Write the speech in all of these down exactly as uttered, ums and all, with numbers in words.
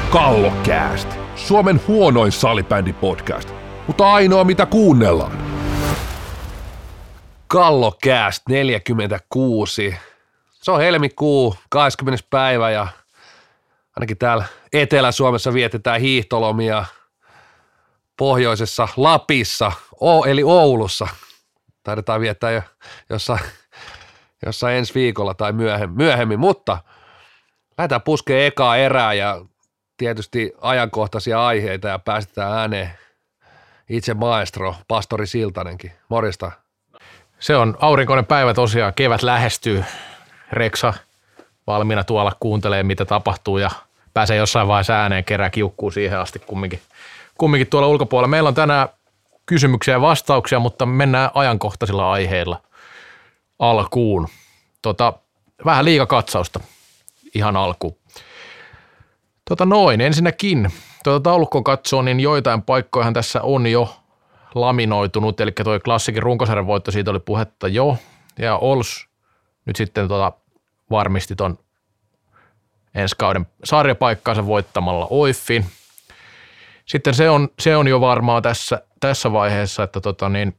Kallokääst, Suomen huonoin salibändipodcast, mutta ainoa mitä kuunnellaan. Kallokääst neljäkymmentäkuusi. Se on helmikuu kahdeskymmenes päivä ja ainakin täällä Etelä-Suomessa vietetään hiihtolomia. Pohjoisessa Lapissa, o, eli Oulussa, taidetaan viettää jo jossain, jossain ensi viikolla tai myöhemmin, myöhemmin, mutta lähdetään puskeen ekaa erää ja tietysti ajankohtaisia aiheita ja päästetään ääneen itse maestro, pastori Siltanenkin. Morjesta. Se on aurinkoinen päivä tosiaan, kevät lähestyy, Reksa valmiina tuolla kuuntelee mitä tapahtuu ja pääsee jossain vaiheessa ääneen, kerää kiukkuu siihen asti kumminkin. Kumminkin tuolla ulkopuolella. Meillä on tänään kysymyksiä ja vastauksia, mutta mennään ajankohtaisilla aiheilla alkuun. Tota, vähän liigakatsausta ihan alkuun. Tota noin, ensinnäkin tuota taulukkoa katsoo, niin joitain paikkojahan tässä on jo laminoitunut, eli toi klassikin runkosarjan voitto, siitä oli puhetta jo, ja Ols nyt sitten tota varmisti ton ensi kauden sarjapaikkaansa voittamalla Oiffin. Sitten se on, se on jo varmaa tässä, tässä vaiheessa, että tota niin,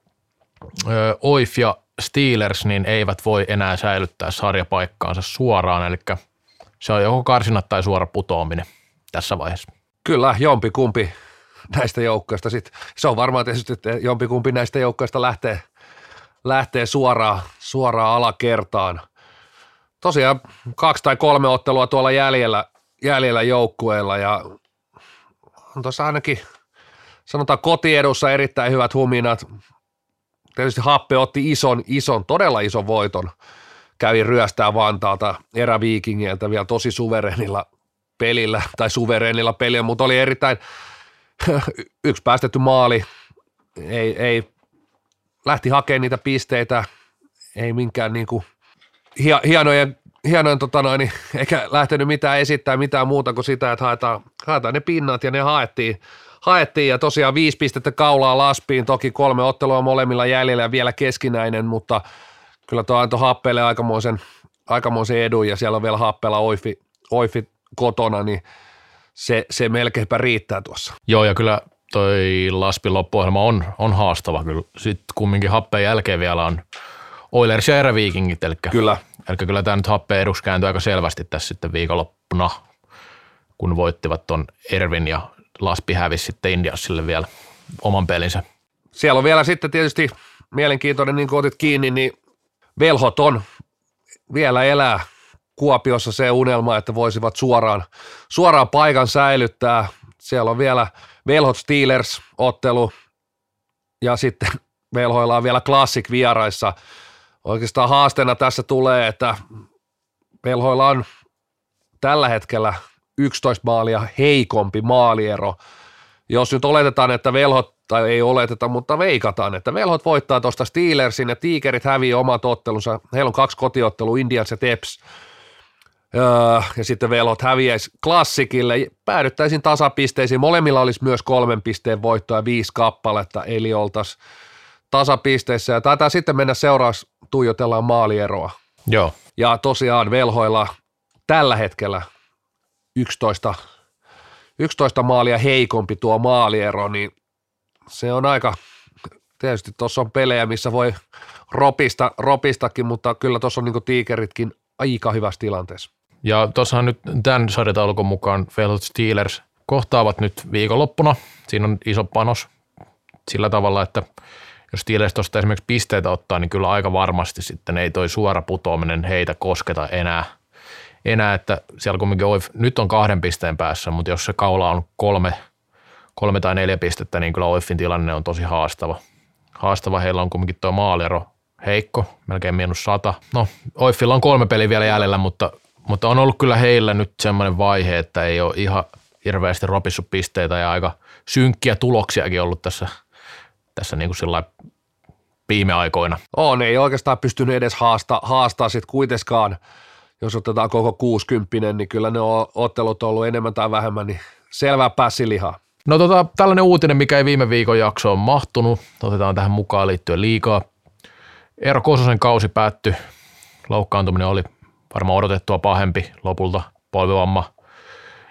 ö, Oif ja Steelers niin eivät voi enää säilyttää sarjapaikkaansa suoraan, eli se on joko karsinat tai suora putoaminen tässä vaiheessa. Kyllä, jompikumpi näistä joukkoista. Sitten se on varmaan tietysti, että jompikumpi näistä joukkoista lähtee, lähtee suoraan, suoraan alakertaan. Tosiaan kaksi tai kolme ottelua tuolla jäljellä, jäljellä joukkueella ja on tuossa ainakin, sanotaan kotiedussa erittäin hyvät huminat. Tietysti Happe otti ison, ison, todella ison voiton. Kävi ryöstää Vantaalta eräviikingiltä vielä tosi suvereenilla pelillä, tai suvereenilla pelillä, mutta oli erittäin yksi päästetty maali. Ei, ei lähti hakemaan niitä pisteitä, ei minkään niinku hienojen, hienojen tota noin, eikä lähtenyt mitään esittää mitään muuta kuin sitä, että haetaan, haetaan ne pinnat ja ne haettiin, haettiin ja tosiaan viisi pistettä kaulaa laspiin, toki kolme ottelua molemmilla jäljellä ja vielä keskinäinen, mutta kyllä tuo antoi Happeelle aikamoisen, aikamoisen edun ja siellä on vielä Happeella Oifi, Oifi kotona, niin se, se melkeinpä riittää tuossa. Joo ja kyllä toi Laspin loppuohjelma on, on haastava kyllä. Sitten kumminkin Happeen jälkeen vielä on Oilers ja eräviikingit, eli kyllä. Eli kyllä tämä nyt Happeen edus kääntyi aika selvästi tässä sitten viikonloppuna, kun voittivat ton Ervin ja Laspi hävisi sitten Indiansille vielä oman pelinsä. Siellä on vielä sitten tietysti mielenkiintoinen, niin kuin otit kiinni, niin Velhot on vielä elää Kuopiossa se unelma, että voisivat suoraan, suoraan paikan säilyttää. Siellä on vielä Velhot Steelers ottelu ja sitten Velhoilla on vielä Classic vieraissa. Oikeastaan haasteena tässä tulee, että Velhoilla on tällä hetkellä yksitoista maalia heikompi maaliero. Jos nyt oletetaan, että Velhot, tai ei oleteta, mutta veikataan, että Velhot voittaa tuosta Steelersin ja Tiikerit hävii omat ottelunsa. Heillä on kaksi kotiottelua, Indians ja Teps. Öö, ja sitten Velhot häviäisi Klassikille. Päädyttäisiin tasapisteisiin. Molemmilla olisi myös kolmen pisteen voittoa viisi kappaletta, eli oltaisiin tasapisteissä. Ja taitaa sitten mennä seuraavaksi, tuijotellaan maalieroa. Joo. Ja tosiaan Velhoilla tällä hetkellä yksitoista, yksitoista maalia heikompi tuo maaliero, niin se on aika, tietysti tuossa on pelejä, missä voi ropista, ropistakin, mutta kyllä tuossa on niin kuin Tiikeritkin aika hyvässä tilanteessa. Ja tuossahan nyt tämän sarjataulukon mukaan Velhot Steelers kohtaavat nyt viikonloppuna. Siinä on iso panos sillä tavalla, että jos Steelers tuosta esimerkiksi pisteitä ottaa, niin kyllä aika varmasti sitten ei toi suora putoaminen heitä kosketa enää. Enää, että siellä kumminkin Oif nyt on kahden pisteen päässä, mutta jos se kaula on kolme, kolme tai neljä pistettä, niin kyllä Oifin tilanne on tosi haastava. Haastava, heillä on kumminkin tuo maaliero heikko, melkein miinus sata. No, Oifilla on kolme peliä vielä jäljellä, mutta, mutta on ollut kyllä heillä nyt semmoinen vaihe, että ei ole ihan hirveästi ropissut pisteitä ja aika synkkiä tuloksiakin ollut tässä, tässä niin kuin sillä viime aikoina. On, ei oikeastaan pystynyt edes haastaa, haastaa sitten kuitenkaan. Jos otetaan koko kuusikymppinen, niin kyllä ne ottelut on ollut enemmän tai vähemmän niin selvää pässilihaa. No tota, tällainen uutinen, mikä ei viime viikon jaksoon mahtunut, otetaan tähän mukaan liittyen liigaa. Eero Kososen kausi päättyi, loukkaantuminen oli varmaan odotettua pahempi lopulta, polvivamma.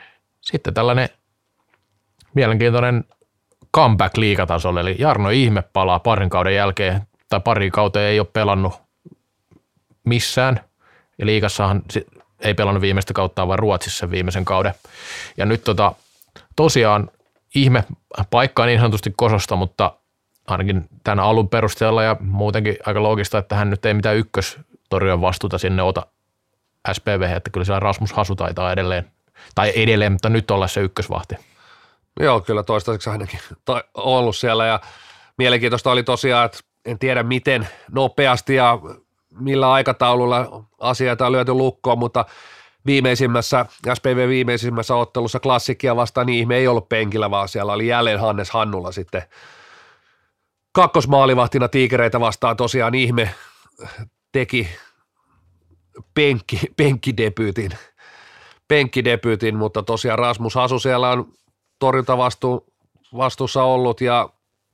Sitten tällainen mielenkiintoinen comeback liigatasolle, eli Jarno Ihme palaa parin kauden jälkeen, tai pari kautta ei ole pelannut missään, ja liigassahan ei pelannut viimeistä kautta, vaan Ruotsissa viimeisen kauden. Ja nyt tota, tosiaan Ihme paikkaa niin sanotusti Kososta, mutta ainakin tämän alun perusteella ja muutenkin aika loogista, että hän nyt ei mitään ykköstorjujen vastuuta sinne ota S P V, että kyllä siellä Rasmus Hasu taitaa edelleen, tai edelleen, mutta nyt olla se ykkösvahti. Joo, kyllä toistaiseksi ainakin ollut siellä ja mielenkiintoista oli tosiaan, että en tiedä miten nopeasti ja millä aikataululla asioita on lyöty lukkoon, mutta viimeisimmässä, S P V viimeisimmässä ottelussa Klassikkia vastaan niin Ihme ei ollut penkillä, vaan siellä oli jälleen Hannes Hannulla sitten kakkosmaalivahtina Tiikereitä vastaan tosiaan Ihme teki penkki, penkkidebyytin, penkkidebyytin, mutta tosiaan Rasmus Hasu siellä on torjuntavastu, vastuussa ollut ja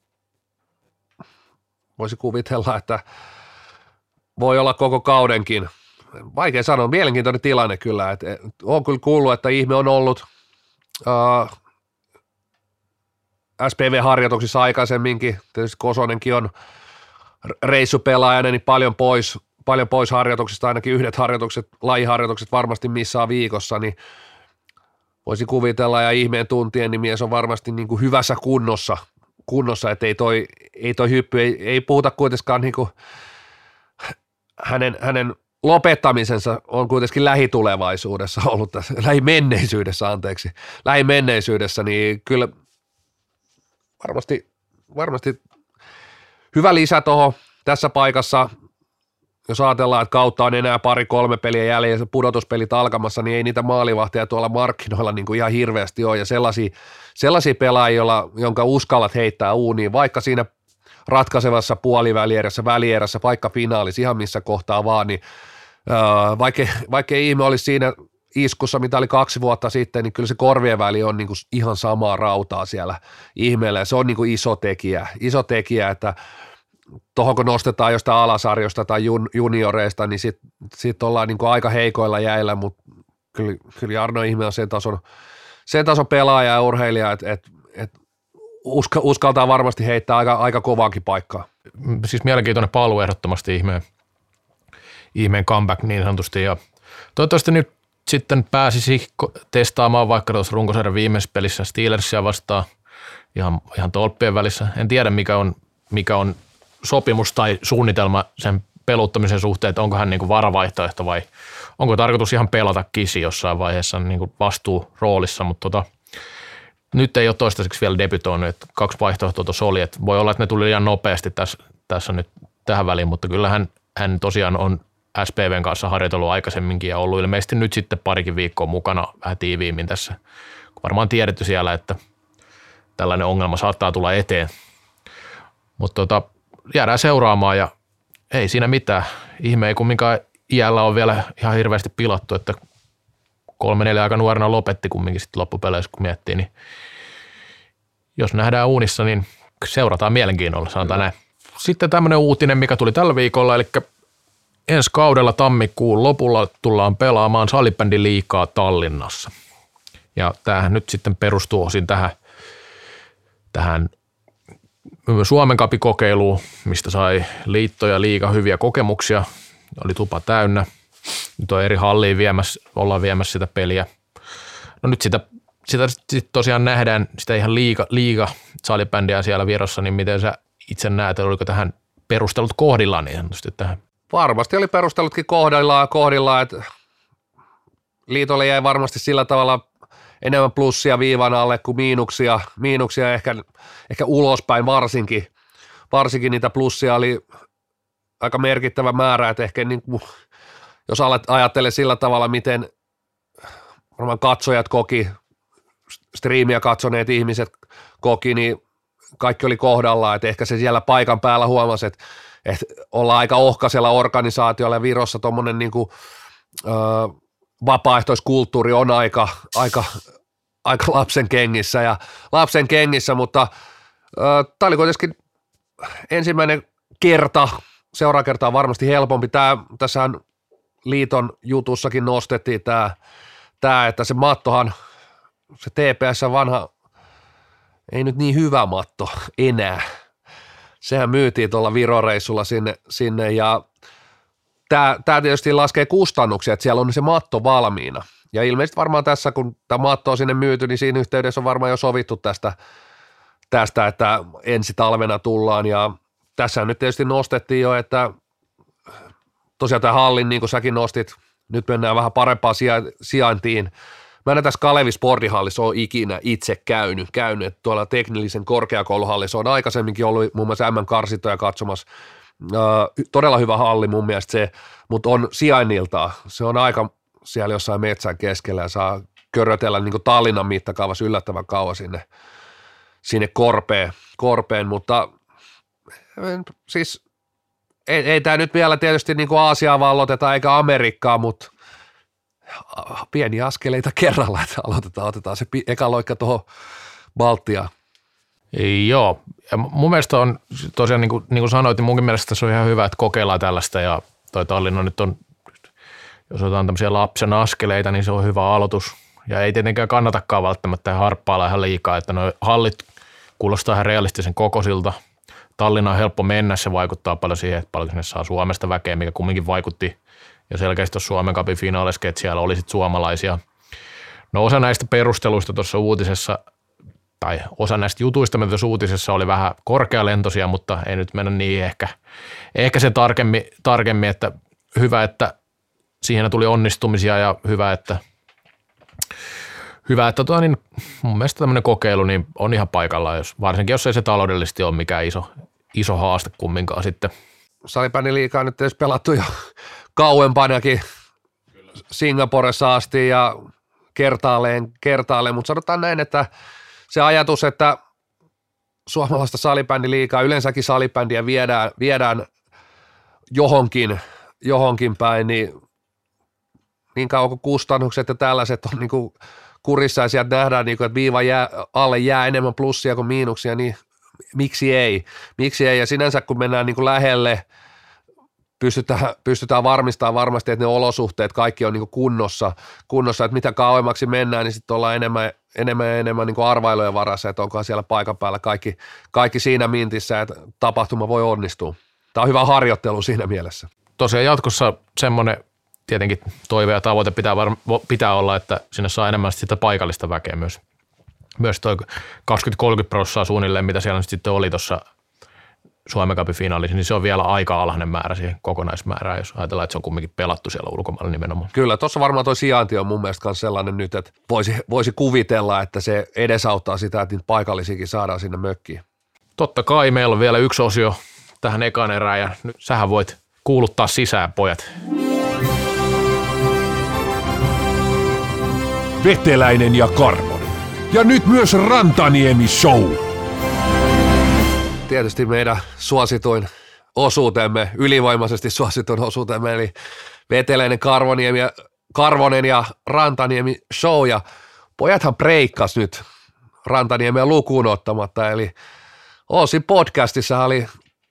voisi kuvitella, että voi olla koko kaudenkin. Vaikea sanoa, mielenkiintoinen tilanne kyllä. Et, et, on kyllä kuullut, että Ihme on ollut uh, S P V-harjoituksissa aikaisemminkin, tietysti Kosonenkin on reissupelaajana, niin paljon pois, paljon pois harjoituksista, ainakin yhdet harjoitukset, lajiharjoitukset varmasti missään viikossa, niin voisi kuvitella, ja Ihmeen tuntien, niin mies on varmasti niin kuin hyvässä kunnossa, kunnossa, että ei toi, ei toi hyppy, ei, ei puhuta kuitenkaan niin kuin hänen, hänen lopettamisensa on kuitenkin lähitulevaisuudessa ollut tässä, lähimenneisyydessä, anteeksi, lähimenneisyydessä, niin kyllä varmasti, varmasti hyvä lisä tuohon tässä paikassa, jos ajatellaan, että kautta on enää pari-kolme peliä jäljellä, pudotuspelit alkamassa, niin ei niitä maalivahtia tuolla markkinoilla niin kuin ihan hirveästi ole, ja sellaisia, sellaisia pelaajia, joilla, jonka uskallat heittää uuniin, vaikka siinä ratkaisevassa puolivälierässä, välierässä, vaikka finaalissa, ihan missä kohtaa vaan, niin äh, vaikka, vaikka Ihme olisi siinä iskussa, mitä oli kaksi vuotta sitten, niin kyllä se korvien väli on niin kuin ihan samaa rautaa siellä Ihmeellä, ja se on niin kuin iso tekijä, iso tekijä, että tuohon kun nostetaan jostain alasarjosta tai jun, junioreista, niin sitten sit ollaan niin kuin aika heikoilla jäillä, mutta kyllä, kyllä Jarno Ihme on sen tason, sen tason pelaaja ja urheilija, että et, et uska, uskaltaa varmasti heittää aika, aika kovaankin paikkaa. Siis mielenkiintoinen paluu ehdottomasti Ihmeen, Ihmeen comeback niin sanotusti, ja toivottavasti nyt sitten pääsisi testaamaan vaikka tuossa runkosarjan viimeisessä pelissä Steelersia vastaan ihan, ihan tolppien välissä. En tiedä mikä on, mikä on sopimus tai suunnitelma sen peluttamisen suhteen, että onko hän niin kuin varavaihtoehto vai onko tarkoitus ihan pelata kisi jossain vaiheessa niin kuin vastuuroolissa, mutta tota, nyt ei ole toistaiseksi vielä debytoinut, että kaksi vaihtoehtoa tuossa oli, että voi olla, että ne tuli liian nopeasti tässä, tässä nyt tähän väliin, mutta kyllä hän, hän tosiaan on S P V:n kanssa harjoitellut aikaisemminkin ja ollut ilmeisesti nyt sitten parikin viikkoa mukana vähän tiiviimmin tässä. Varmaan tiedetty siellä, että tällainen ongelma saattaa tulla eteen, mutta tota, jäädään seuraamaan ja ei siinä mitään. Ihme ei kumminkaan iällä on vielä ihan hirveästi pilattu, että kolme neljä aika nuorena lopetti kumminkin sitten loppupeleissä, kun miettii, niin jos nähdään uunissa, niin seurataan mielenkiinnolla, sanotaan näin. Sitten tämmöinen uutinen, mikä tuli tällä viikolla, eli ensi kaudella tammikuun lopulla tullaan pelaamaan salibändiliigaa Tallinnassa. Ja tämähän nyt sitten perustuu osin tähän, tähän Suomen Cup-kokeiluun, mistä sai liitto ja liiga hyviä kokemuksia. Oli tupa täynnä. Nyt on eri halliin viemässä, ollaan viemässä sitä peliä. No nyt sitä, sitä sit tosiaan nähdään, sitä ihan liiga, liiga salibändiä siellä Virossa, niin miten sä itse näet, oliko tähän perustelut kohdillaan niin sanotusti tähän? Varmasti oli perustelutkin kohdillaan, kohdillaan, että liitolle jäi varmasti sillä tavalla enemmän plussia viivan alle kuin miinuksia, miinuksia ehkä, ehkä ulospäin varsinkin. Varsinkin niitä plussia oli aika merkittävä määrä, että ehkä niin kuin, jos ajattelee sillä tavalla, miten varmaan katsojat koki, striimiä katsoneet ihmiset koki, niin kaikki oli kohdallaan, että ehkä se siellä paikan päällä huomasi, että, että ollaan aika ohkaisella organisaatiolla ja Virossa tuommoinen niin kuin, öö, vapaaehtoiskulttuuri on aika, aika, aika lapsen kengissä, ja lapsen kengissä, mutta öö, tämä oli kuitenkin ensimmäinen kerta, seuraava kerta on varmasti helpompi. Tämä, tässähän liiton jutussakin nostettiin tämä, tämä, että se mattohan se T P S vanha, ei nyt niin hyvä matto enää. Sehän myytiin tuolla Viro-reissulla sinne, sinne ja tämä, tämä tietysti laskee kustannuksia, että siellä on se matto valmiina. Ja ilmeisesti varmaan tässä, kun tämä matto on sinne myyty, niin siinä yhteydessä on varmaan jo sovittu tästä, tästä että ensi talvena tullaan. Ja tässä nyt tietysti nostettiin jo, että tosiaan tämä hallin, niin kuin säkin nostit, nyt mennään vähän parempaan sijaintiin. Mä en tässä Kalevi Sportihallissa ole ikinä itse käynyt, käynyt, että tuolla teknillisen korkeakouluhallissa on aikaisemminkin ollut muun muassa M-karsintoja katsomassa. Öö, todella hyvä halli mun mielestä se, mutta on sijainniltaan. Se on aika siellä jossain metsän keskellä ja saa körötellä niin kuin Tallinnan mittakaavassa yllättävän kauan sinne, sinne korpeen, korpeen, mutta siis ei, ei tämä nyt vielä tietysti niin kuin Aasiaa valloteta eikä Amerikkaa, mutta pieni askeleita kerralla, että aloitetaan, otetaan se eka loikka tuohon Baltiaan. Joo, ja mun mielestä on tosiaan niin kuin, niin kuin sanoit, niin munkin mielestä se on ihan hyvä, että kokeillaan tällaista ja toi Tallinna nyt on, jos otetaan tämmöisiä lapsen askeleita, niin se on hyvä aloitus ja ei tietenkään kannatakaan välttämättä harppailla ihan liikaa, että nuo hallit kuulostaa ihan realistisen kokoisilta. Tallinna on helppo mennä, se vaikuttaa paljon siihen, että paljon sinne saa Suomesta väkeä, mikä kumminkin vaikutti ja selkeästi tuossa Suomen Cupin finaalissakin, että siellä oli sitten suomalaisia. No osa näistä perusteluista tuossa uutisessa, tai osa näistä jutuista, mitä tuossa uutisessa oli vähän korkealentoisia, mutta ei nyt mennä niin ehkä, ehkä se tarkemmin, tarkemmin, että hyvä, että siihen tuli onnistumisia ja hyvä, että Hyvä, että tuo, niin mun mielestä tämmöinen kokeilu niin on ihan paikallaan, jos, varsinkin jos ei se taloudellisesti ole mikään iso, iso haaste kumminkaan sitten. Salibändiliigaa nyt edes pelattu jo kauempanakin Singaporessa asti ja kertaalleen, kertaalleen, mutta sanotaan näin, että se ajatus, että suomalaista salibändiliigaa, yleensäkin salibändiä viedään, viedään johonkin, johonkin päin, niin niin kauan kuin kustannukset ja tällaiset on niin kuin kurissa ja sieltä nähdään, niin kuin, että viiva jää, alle jää enemmän plussia kuin miinuksia, niin miksi ei? Miksi ei? Ja sinänsä kun mennään niin kuin lähelle, pystytään, pystytään varmistamaan varmasti, että ne olosuhteet kaikki on niin kuin kunnossa, kunnossa, että mitä kauemmaksi mennään, niin sitten ollaan enemmän, enemmän ja enemmän niin kuin arvailujen varassa, että onkohan siellä paikan päällä kaikki, kaikki siinä mintissä, että tapahtuma voi onnistua. Tämä on hyvä harjoittelu siinä mielessä. Tosiaan jatkossa semmoinen tietenkin toive ja tavoite pitää, var, pitää olla, että sinne saa enemmän sitä paikallista väkeä myös. Myös toi kaksikymmentä kolmekymmentä prosenttia suunnilleen, mitä siellä nyt sitten oli tuossa Suomen Cupin finaalissa, niin se on vielä aika alhainen määrä siihen kokonaismäärään, jos ajatellaan, että se on kumminkin pelattu siellä ulkomailla nimenomaan. Kyllä, tuossa varmaan toi sijainti on mun mielestä myös sellainen nyt, että voisi, voisi kuvitella, että se edesauttaa sitä, että niitä paikallisiakin saadaan sinne mökkiin. Totta kai meillä on vielä yksi osio tähän ekaan erään ja nyt sähän voit kuuluttaa sisään, pojat. Veteläinen ja Karvonen. Ja nyt myös Rantaniemi Show. Tietysti meidän suosituin osuutemme, ylivoimaisesti suosituin osuutemme, eli Veteläinen, Karvoniemi ja, Karvonen ja Rantaniemi Show. Ja pojathan breikkas nyt Rantaniemeä lukuun ottamatta, eli Oosin podcastissa oli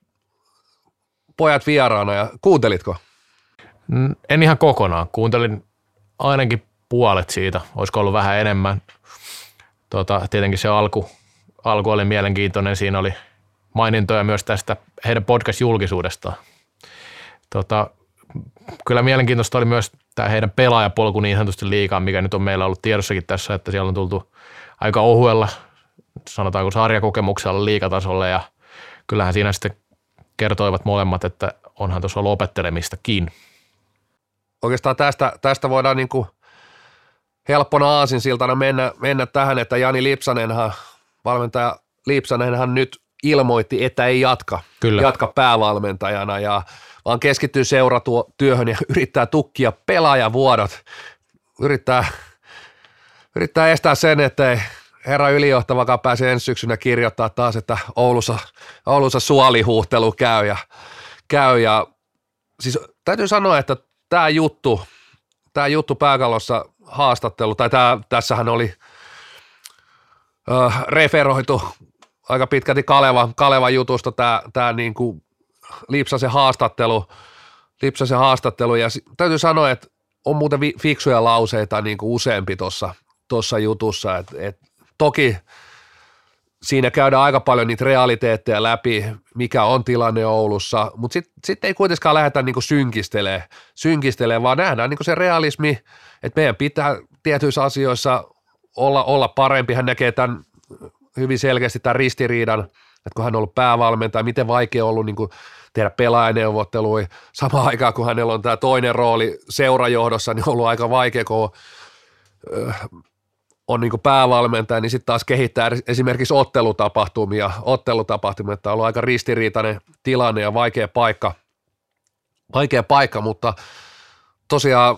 pojat vieraana ja kuuntelitko? En ihan kokonaan. Kuuntelin ainakin puolet siitä, olisiko ollut vähän enemmän. Tota, tietenkin se alku, alku oli mielenkiintoinen, siinä oli mainintoja myös tästä heidän podcast-julkisuudestaan. Tota, kyllä mielenkiintoista oli myös tämä heidän pelaajapolku niin sanotusti liigaan, mikä nyt on meillä ollut tiedossakin tässä, että siellä on tultu aika ohuella, sanotaanko sarjakokemuksella liigatasolle ja kyllähän siinä sitten kertoivat molemmat, että onhan tuossa ollut opettelemistakin. Oikeastaan tästä, tästä voidaan niin kuin helppona aasinsiltana mennä, mennä tähän, että Jani Lipsanenhan, valmentaja Lipsanenhan nyt ilmoitti, että ei jatka, Kyllä. jatka päävalmentajana, ja vaan keskittyy seuratyöhön ja yrittää tukkia pelaajavuodot, yrittää, yrittää estää sen, ettei herra ylijohtavakaan pääse ensi syksynä kirjoittaa taas, että Oulussa, Oulussa suolihuhtelu käy ja, käy ja siis täytyy sanoa, että tämä juttu, tämä juttu Pääkallossa haastattelu, tai tämä, tässähän oli äh, referoitu aika pitkälti Kaleva, Kaleva jutusta tämä, tämä niin kuin Lipsasen haastattelu, Lipsasen haastattelu, ja täytyy sanoa, että on muuten fiksuja lauseita niin kuin useampi tuossa tuossa jutussa, että et, toki siinä käydään aika paljon niitä realiteetteja läpi, mikä on tilanne Oulussa, mutta sitten sit ei kuitenkaan lähdetä niinku synkistelemään, synkistelemään, vaan nähdään niinku se realismi, että meidän pitää tietyissä asioissa olla, olla parempi. Hän näkee tämän hyvin selkeästi tämän ristiriidan, että kun hän on ollut päävalmentaja, miten vaikea on ollut niinku tehdä pelaajaneuvotteluja. Samaan aikaan, kun hänellä on tämä toinen rooli seurajohdossa, niin on ollut aika vaikea, kun on, on niin kuin päävalmentaja, niin sitten taas kehittää esimerkiksi ottelutapahtumia. Ottelutapahtumia, että on ollut aika ristiriitainen tilanne ja vaikea paikka, vaikea paikka, mutta tosiaan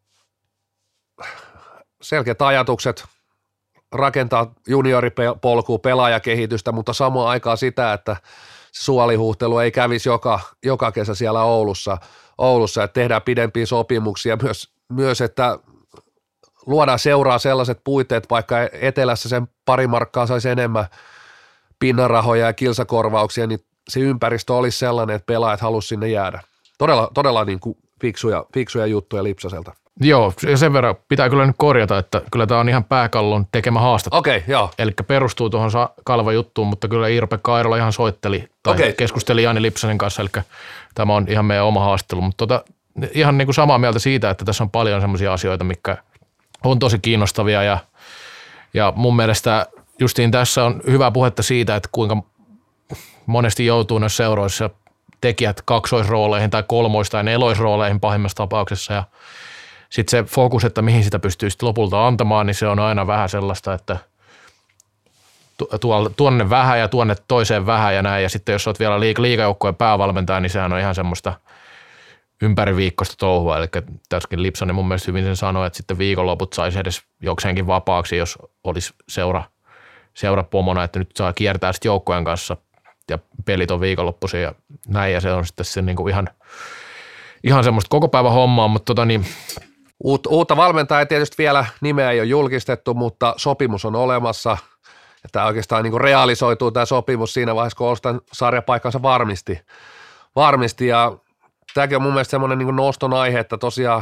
selkeät ajatukset rakentaa junioripolkua, pelaajakehitystä, mutta samaan aikaan sitä, että suolihuhtelu ei kävisi joka, joka kesä siellä Oulussa, Oulussa, että tehdään pidempiä sopimuksia myös, myös, että luodaan seuraa sellaiset puitteet, vaikka etelässä sen pari markkaa saisi enemmän pinnarahoja ja kilsakorvauksia, niin se ympäristö olisi sellainen, että pelaajat haluaisivat sinne jäädä. Todella, todella niin kuin fiksuja, fiksuja juttuja Lipsaselta. Joo, sen verran pitää kyllä nyt korjata, että kyllä tämä on ihan pääkallon tekemä haastattelu. Okei, okay, joo. Eli perustuu tuohon Kalva-juttuun, mutta kyllä Iiro-Pekka Airola ihan soitteli tai okay. keskusteli Jani Lipsasen kanssa, eli tämä on ihan meidän oma haastattelu. Mutta tota, ihan niin kuin samaa mieltä siitä, että tässä on paljon sellaisia asioita, mitkä on tosi kiinnostavia ja, ja mun mielestä justiin tässä on hyvä puhetta siitä, että kuinka monesti joutuu noissa seuroissa tekijät kaksoisrooleihin tai kolmois- tai neloisrooleihin pahimmassa tapauksessa ja sitten se fokus, että mihin sitä pystyy sitten lopulta antamaan, niin se on aina vähän sellaista, että tuonne vähän ja tuonne toiseen vähän ja näin. Ja sitten jos olet vielä liik- liigajoukkojen päävalmentaja, niin sehän on ihan semmoista ympäriviikkoista touhua. Eli tässäkin Lipsanen mun mielestä hyvin sen sanoi, että sitten viikonloput saisi edes jokseenkin vapaaksi, jos olisi seura, seurapomona, että nyt saa kiertää sitten joukkojen kanssa ja pelit on viikonloppuisin ja näin. Ja se on sitten se niinku ihan, ihan semmoista koko päivän hommaa, mutta tota niin, Uut, uutta valmentajaa tietysti vielä nimeä ei ole julkistettu, mutta sopimus on olemassa. Tämä oikeastaan niin kuin realisoituu tämä sopimus siinä vaiheessa, kun Olstan sarjapaikkansa varmisti. varmisti. Ja tämäkin on mun mielestä semmoinen niin kuin noston aihe, että tosiaan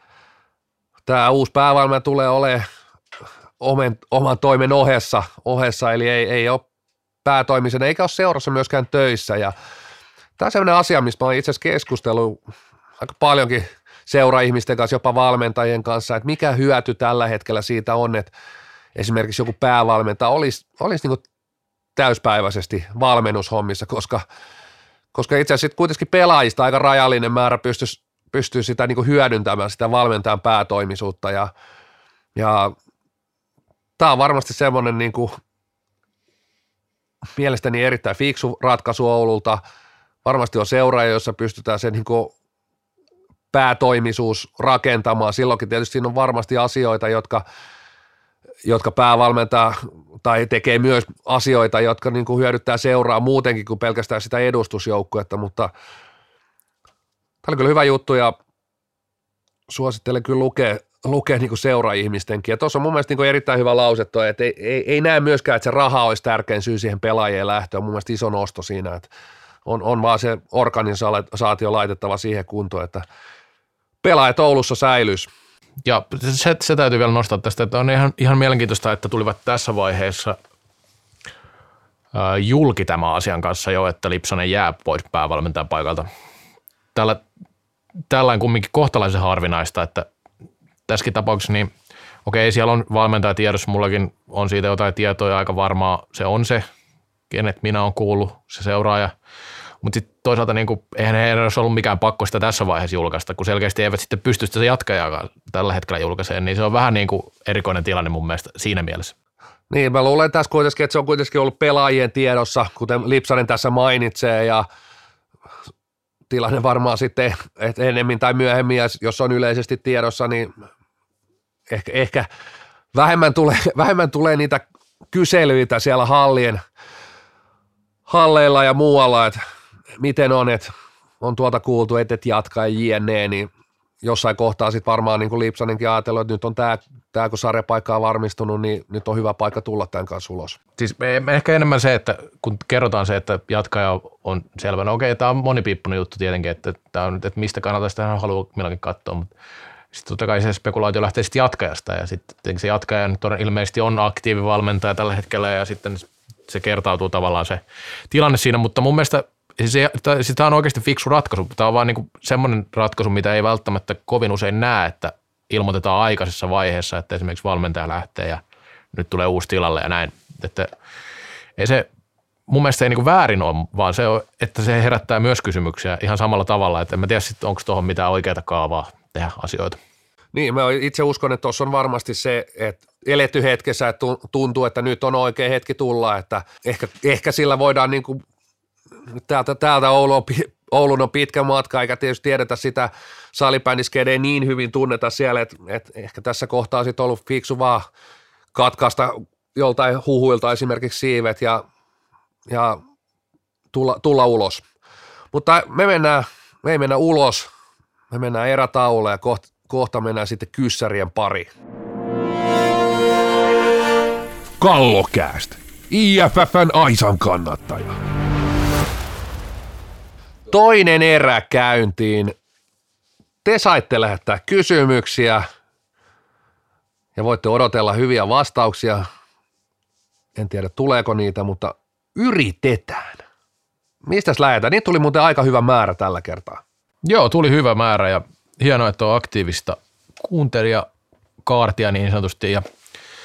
tämä uusi päävalmentaja tulee olemaan oman, oman toimen ohessa, ohessa eli ei, ei ole päätoimisen eikä ole seurassa myöskään töissä. Ja tämä on semmoinen asia, mistä mä olen itse asiassa keskustellut aika paljonkin seura-ihmisten kanssa, jopa valmentajien kanssa, että mikä hyöty tällä hetkellä siitä on, että esimerkiksi joku päävalmentaja olisi, olisi niin kuin täyspäiväisesti valmennushommissa, koska, koska itse asiassa kuitenkin pelaajista aika rajallinen määrä pystyisi, pystyy sitä niin kuin hyödyntämään, sitä valmentajan päätoimisuutta ja, ja tämä on varmasti semmoinen niin kuin mielestäni erittäin fiksu ratkaisu Oululta. Varmasti on seuraaja, jossa pystytään sen niin kuin päätoimisuus rakentamaan. Silloinkin tietysti siinä on varmasti asioita, jotka, jotka päävalmentaa tai tekee myös asioita, jotka niin kuin hyödyttää seuraa muutenkin kuin pelkästään sitä edustusjoukkuetta, mutta tämä oli kyllä hyvä juttu ja suosittelen kyllä lukea, lukea niin kuin seura-ihmistenkin. Ja tuossa on mun mielestä niin kuin erittäin hyvä lause toi, että ei, ei, ei näe myöskään, että se raha olisi tärkein syy siihen pelaajien lähtöön. Mun mielestä iso nosto siinä, että on, on vaan se organisaatio laitettava siihen kuntoon, että pelaajat Oulussa säilyisi. Ja se, se täytyy vielä nostaa tästä, että on ihan, ihan mielenkiintoista, että tulivat tässä vaiheessa ää, julki tämä asian kanssa jo, että Lipsanen jää pois päävalmentajan paikalta. Tällä, tällainen kumminkin kohtalaisen harvinaista, että tässäkin tapauksessa, niin okei, siellä on valmentaja tiedossa, mullakin on siitä jotain tietoja, aika varmaa se on se, kenet minä olen kuullut, se seuraaja. Mutta sitten toisaalta niin kuin, eihän heidän olisi ollut mikään pakko sitä tässä vaiheessa julkaista, kun selkeästi eivät sitten pysty sitä jatkajaa tällä hetkellä julkaiseen, niin se on vähän niin kuin erikoinen tilanne mun mielestä siinä mielessä. Niin, mä luulen tässä kuitenkin, että se on kuitenkin ollut pelaajien tiedossa, kuten Lipsanen tässä mainitsee, ja tilanne varmaan sitten, että enemmän tai myöhemmin, ja jos on yleisesti tiedossa, niin ehkä, ehkä vähemmän, tulee, vähemmän tulee niitä kyselyitä siellä hallien, halleilla ja muualla, että miten on, että on tuolta kuultu, että et jatkaa ja jne, niin jossain kohtaa sitten varmaan niin kuin Lipsanenkin ajatellut, että nyt on tämä, tämä kun sarjapaikka on varmistunut, niin nyt on hyvä paikka tulla tämän kanssa ulos. Siis ehkä enemmän se, että kun kerrotaan se, että jatkaja on selvä, no okei, tämä on monipiippunen juttu tietenkin, että, tämä on, että mistä kannalta sitä haluaa milloinkin katsoa, mutta sitten totta kai se spekulaatio lähtee sitten jatkajasta ja sitten se jatkaja nyt on, ilmeisesti on aktiivivalmentaja tällä hetkellä ja sitten se kertautuu tavallaan se tilanne siinä, mutta mun mielestä se, tämä on oikeasti fiksu ratkaisu. Tämä on vaan niin semmoinen ratkaisu, mitä ei välttämättä kovin usein näe, että ilmoitetaan aikaisessa vaiheessa, että esimerkiksi valmentaja lähtee ja nyt tulee uusi tilalle ja näin. Että ei se mun mielestä ei niin väärin ole, vaan se on, että se herättää myös kysymyksiä ihan samalla tavalla, että en mä tiedä sitten, onko tuohon mitään oikeaa kaavaa tehdä asioita. Niin, mä itse uskon, että tuossa on varmasti se, että eletty hetkessä, että tuntuu, että nyt on oikea hetki tulla, että ehkä, ehkä sillä voidaan niin kuin, täältä, täältä Oulu on, Oulun on pitkä matka, eikä tietysti tiedetä sitä salibändiskeä, ei niin hyvin tunneta siellä, että, että ehkä tässä kohtaa on sitten ollut fiksu vaan katkaista joltain huhuilta esimerkiksi siivet ja, ja tulla, tulla ulos. Mutta me mennään, me ei mennä ulos, me mennään erätauolle ja kohta, kohta mennään sitten kyssärien pariin. Kallokääst, I F F:n Aisan kannattaja. Toinen erä käyntiin. Te saitte lähettää kysymyksiä ja voitte odotella hyviä vastauksia. En tiedä tuleeko niitä, mutta yritetään. Mistäs lähdetään? Niitä tuli muuten aika hyvä määrä tällä kertaa. Joo, tuli hyvä määrä ja hienoa, että on aktiivista kuuntelijakaartia niin sanotusti. Ja,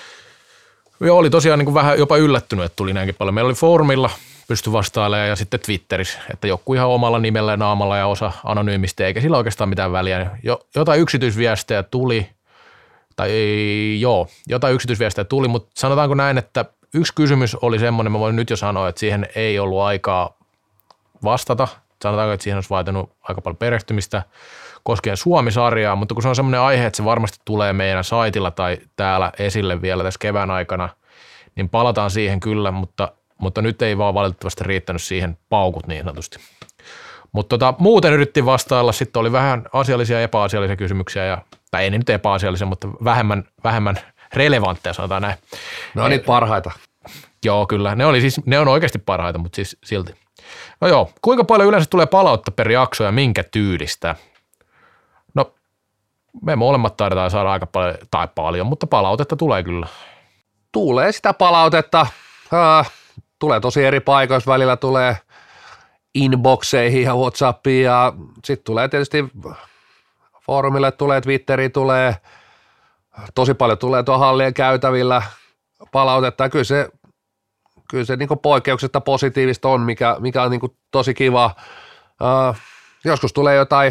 ja oli tosiaan niin kuin vähän jopa yllättynyt, että tuli näinkin paljon. Meillä oli foorumilla, pystyi vastailemaan ja sitten Twitterissä, että joku ihan omalla nimellä ja naamalla ja osa anonyymisti, eikä sillä oikeastaan mitään väliä. Jo, jotain yksityisviestejä tuli, tai ei, joo, jotain yksityisviestejä tuli, mutta sanotaanko näin, että yksi kysymys oli semmoinen, mä voin nyt jo sanoa, että siihen ei ollut aikaa vastata. Sanotaanko, että siihen olisi vaatinut aika paljon perehtymistä koskien Suomi-sarjaa, mutta kun se on semmoinen aihe, että se varmasti tulee meidän saitilla tai täällä esille vielä tässä kevään aikana, niin palataan siihen kyllä, mutta, mutta nyt ei vaan valitettavasti riittänyt siihen paukut niin sanotusti. Mutta tota, muuten yritettiin vastailla, sitten oli vähän asiallisia ja epäasiallisia kysymyksiä, ja, tai ei nyt epäasiallisia, mutta vähemmän, vähemmän relevantteja sanotaan näin. No on niitä parhaita. Joo, kyllä. Ne, oli siis, ne on oikeasti parhaita, mutta siis silti. No joo, kuinka paljon yleensä tulee palautta per jakso ja minkä tyylistä? No, me molemmat taidetaan saada aika paljon, tai paljon, mutta palautetta tulee kyllä. Tulee sitä palautetta. Äh, tulee tosi eri paikoissa. Välillä tulee inboxeihin ja WhatsAppiin ja sitten tulee tietysti foorumille, tulee Twitteriin, tulee tosi paljon tulee tuon hallien käytävillä palautetta. Ja kyllä se, kyllä se niin kuin poikkeuksetta positiivista on, mikä, mikä on niin kuin tosi kiva. Uh, joskus tulee jotain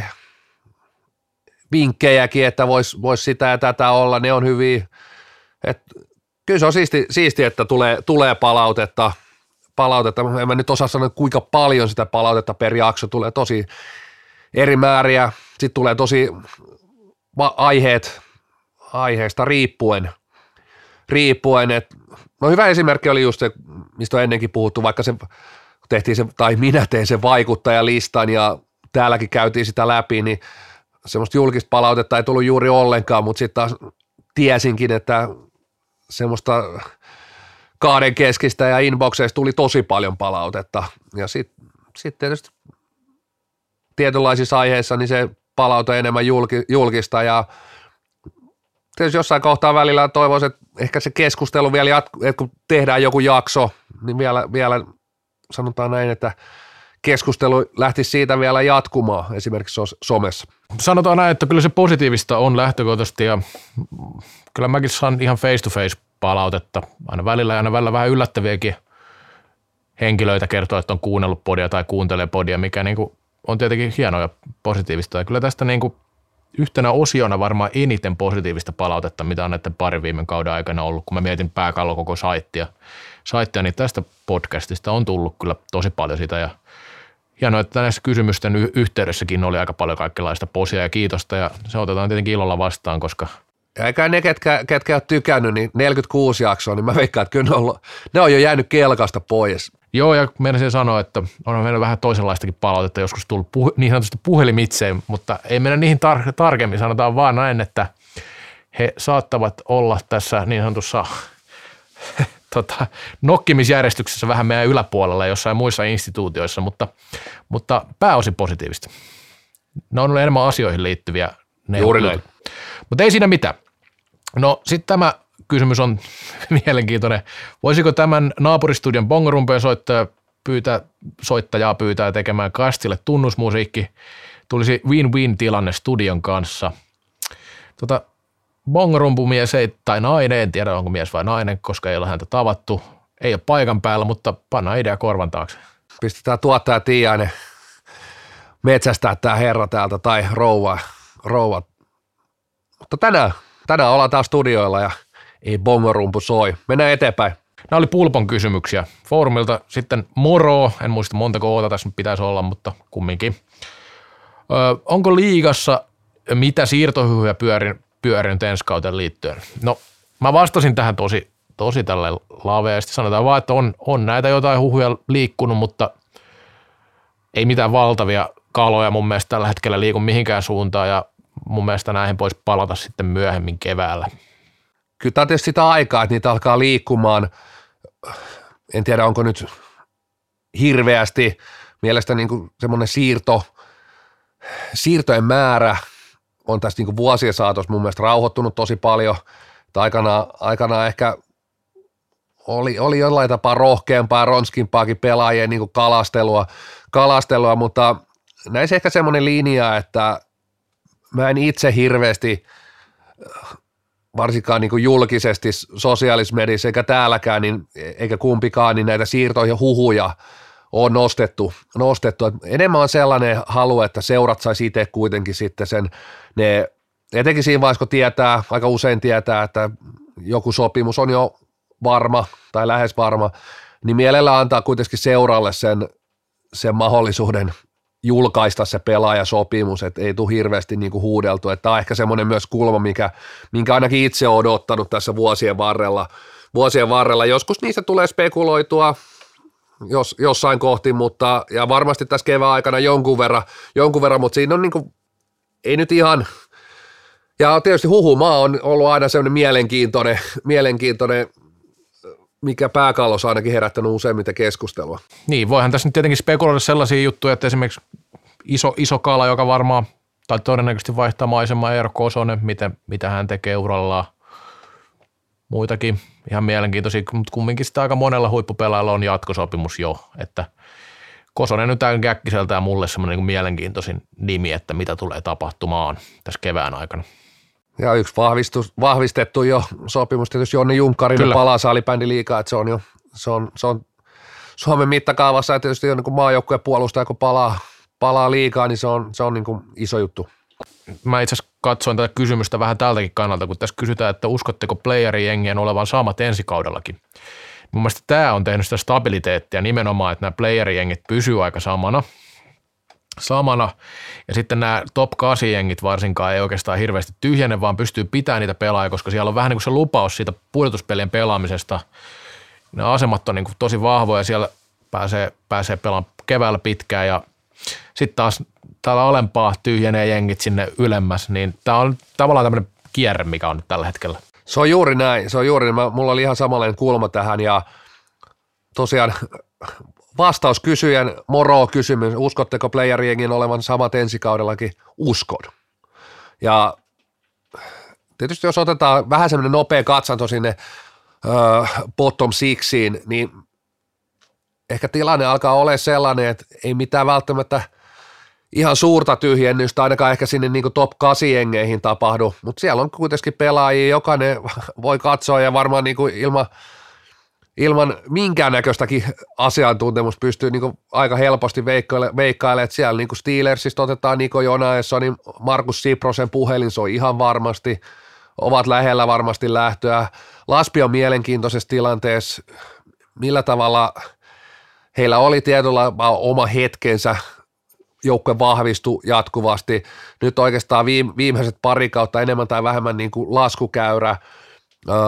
vinkkejäkin, että voisi vois sitä ja tätä olla, ne on hyviä. Et, kyllä se on siisti, siisti että tulee, tulee palautetta. palautetta. En mä nyt osaa sanoa, kuinka paljon sitä palautetta per jakso tulee, tosi eri määriä. Sitten tulee tosi aiheet, aiheesta riippuen. riippuen että, no hyvä esimerkki oli just se, mistä on ennenkin puhuttu, vaikka se tehtiin se, tai minä tein sen vaikuttajalistan ja täälläkin käytiin sitä läpi, niin semmoista julkista palautetta ei tullut juuri ollenkaan, mutta sitten taas tiesinkin, että semmoista kahden keskistä ja inboxeista tuli tosi paljon palautetta ja sitten sit tietysti tietynlaisissa aiheissa niin se palaute enemmän julki, julkista ja tietysti jossain kohtaa välillä toivoisin, että ehkä se keskustelu vielä jatkuu, että kun tehdään joku jakso, niin vielä, vielä sanotaan näin, että keskustelu lähtisi siitä vielä jatkumaan esimerkiksi somessa. Sanotaan näin, että kyllä se positiivista on lähtökohtaisesti ja kyllä mäkin saan ihan face to face palautetta aina välillä ja aina välillä vähän yllättäviäkin henkilöitä kertoo, että on kuunnellut podia tai kuuntelee podia, mikä niin kuin on tietenkin hienoa ja positiivista ja kyllä tästä niin kuin yhtenä osiona varmaan eniten positiivista palautetta, mitä on näiden parin viime kauden aikana ollut, kun mä mietin pääkallo koko saittia, saittia, niin tästä podcastista on tullut kyllä tosi paljon sitä ja hienoa, että näissä kysymysten y- yhteydessäkin oli aika paljon kaikenlaista posia ja kiitosta ja se otetaan tietenkin ilolla vastaan, koska ja eikä ne, ketkä, ketkä ole tykännyt, niin neljäkymmentäkuusi jaksoa, niin mä veikkaan, että kyllä ne on, ne on jo jäänyt kelkasta pois. Joo, ja meinasin sanoa, että on meillä vähän toisenlaistakin palautetta joskus tullut puh- niin sanotusti puhelimitseen, mutta ei mennä niihin tar- tarkemmin, sanotaan vaan näin, että he saattavat olla tässä niin sanotussa tota, nokkimisjärjestyksessä vähän meidän yläpuolella jossain muissa instituutioissa, mutta, mutta pääosin positiivista. Ne on enemmän asioihin liittyviä. Juuri näin. Mutta ei siinä mitään. No sitten tämä kysymys on mielenkiintoinen. Voisiko tämän naapuristudion bongorumpeen soittaja pyytää, soittajaa pyytää tekemään kastille tunnusmusiikki? Tulisi win-win tilanne studion kanssa. Tota, bongorumpumies ei, tai nainen, en tiedä onko mies vai nainen, koska ei ole häntä tavattu. Ei ole paikan päällä, mutta panna idea korvan taakse. Pistetään tuottaja Tiiainen metsästää tämä herra täältä tai rouva. rouva. Mutta tänään, tänään ollaan taas studioilla ja ei bongorumpu soi. Mennään eteenpäin. Nämä oli Pulpon kysymyksiä. Foorumilta sitten moro, en muista montako oota tässä nyt pitäisi olla, mutta kumminkin. Ö, onko liigassa mitä siirtohyhyjä pyörin, pyörinyt ensi kauteen liittyen? No mä vastasin tähän tosi, tosi tälle laveasti. Sanotaan vaan, että on, on näitä jotain huhuja liikkunut, mutta ei mitään valtavia kaloja mun mielestä tällä hetkellä liiku mihinkään suuntaan ja mun mielestä näihin voisi palata sitten myöhemmin keväällä. Kyllä tämä on tietysti sitä aikaa, että niitä alkaa liikkumaan. En tiedä, onko nyt hirveästi mielestäni niin kuin semmoinen siirto, siirtojen määrä on tässä niin kuin vuosien saatossa mun mielestä rauhoittunut tosi paljon. Aikanaan, aikanaan ehkä oli, oli jollain tapaa rohkeampaa, ronskimpaakin pelaajien niin kuin kalastelua, kalastelua, mutta näissä ehkä semmoinen linja, että mä en itse hirveästi varsinkaan niin kuin julkisesti sosiaalisessa mediassa eikä täälläkään, niin, eikä kumpikaan, niin näitä siirtoja ja huhuja on nostettu. nostettu. Et enemmän on sellainen halu, että seurat saisi itse kuitenkin sitten sen, ne, etenkin siinä vaiheessa, kun tietää, aika usein tietää, että joku sopimus on jo varma tai lähes varma, niin mielellä antaa kuitenkin seuralle sen, sen mahdollisuuden julkaista se pelaajasopimus, että ei tule hirveästi niin kuin huudeltu. Että tämä on ehkä semmoinen myös kulma, mikä, minkä ainakin itse olen odottanut tässä vuosien varrella. Vuosien varrella. Joskus niistä tulee spekuloitua jos, jossain kohti, mutta ja varmasti tässä kevään aikana jonkun verran, jonkun verran mutta siinä on niin kuin, ei nyt ihan, ja tietysti huhumaa on ollut aina semmoinen mielenkiintoinen, mielenkiintoinen mikä pääkallossa ainakin herättänyt useimmiten keskustelua. Niin, voihan tässä nyt tietenkin spekuloida sellaisia juttuja, että esimerkiksi iso, iso kala, joka varmaan, tai todennäköisesti vaihtaa maisemaa Eero Kosonen, miten, mitä hän tekee urallaan. Muitakin ihan mielenkiintoisia, mutta kumminkin sitä aika monella huippupelaajalla on jatkosopimus jo, että Kosonen nyt on äkkiseltään mulle semmoinen niin mielenkiintoisin nimi, että mitä tulee tapahtumaan tässä kevään aikana. Ja yksi vahvistus, vahvistettu jo sopimus tietysti Jonni Junkkarinen palaa salibändiliigaan, että se on jo se on, se on Suomen mittakaavassa ja tietysti on niin maajoukkueen puolustaja, kun palaa, palaa liigaan, niin se on, se on niin kuin iso juttu. Mä itse asiassa katsoin tätä kysymystä vähän tältäkin kannalta, kun tässä kysytään, että uskotteko playerijengien olevan samat ensi kaudellakin. Mun mielestä tämä on tehnyt sitä stabiliteettia nimenomaan, että nämä playerijengit pysyy aika samana. samana. Ja sitten nämä top kahdeksan jengit varsinkaan ei oikeastaan hirveästi tyhjene, vaan pystyy pitämään niitä pelaajia, koska siellä on vähän niin kuin se lupaus siitä pudotuspelien pelaamisesta. Ne asemat on niin kuin tosi vahvoja, siellä pääsee, pääsee pelaamaan keväällä pitkään ja sitten taas täällä alempaa tyhjenee jengit sinne ylemmäs, niin tämä on tavallaan tämmöinen kierre, mikä on nyt tällä hetkellä. Se on juuri näin, se on juuri näin. Mulla oli ihan samanlainen kulma tähän ja tosiaan vastaus kysyjän moro kysymys, uskotteko playerijengin olevan samat ensi kaudellakin? Uskon. Ja tietysti jos otetaan vähän semmoinen nopea katsanto sinne uh, bottom sixiin, niin ehkä tilanne alkaa olla sellainen, että ei mitään välttämättä ihan suurta tyhjennystä, ainakaan ehkä sinne niin kuin top kahdeksan jengeihin tapahdu, mutta siellä on kuitenkin pelaajia, jokainen voi katsoa ja varmaan niin kuin ilman ilman minkäännäköistäkin asiantuntemusta pystyy niin kuin aika helposti veikkailemaan, veikkaile, että siellä niin kuin Steelersista otetaan Niko Jonaessonin, Markus Siprosen puhelin soi ihan varmasti, ovat lähellä varmasti lähtöä. Laspi on mielenkiintoisessa tilanteessa, millä tavalla heillä oli tietyllä oma hetkensä, joukkue vahvistui jatkuvasti. Nyt oikeastaan viimeiset pari kautta enemmän tai vähemmän niin kuin laskukäyrä. Öö,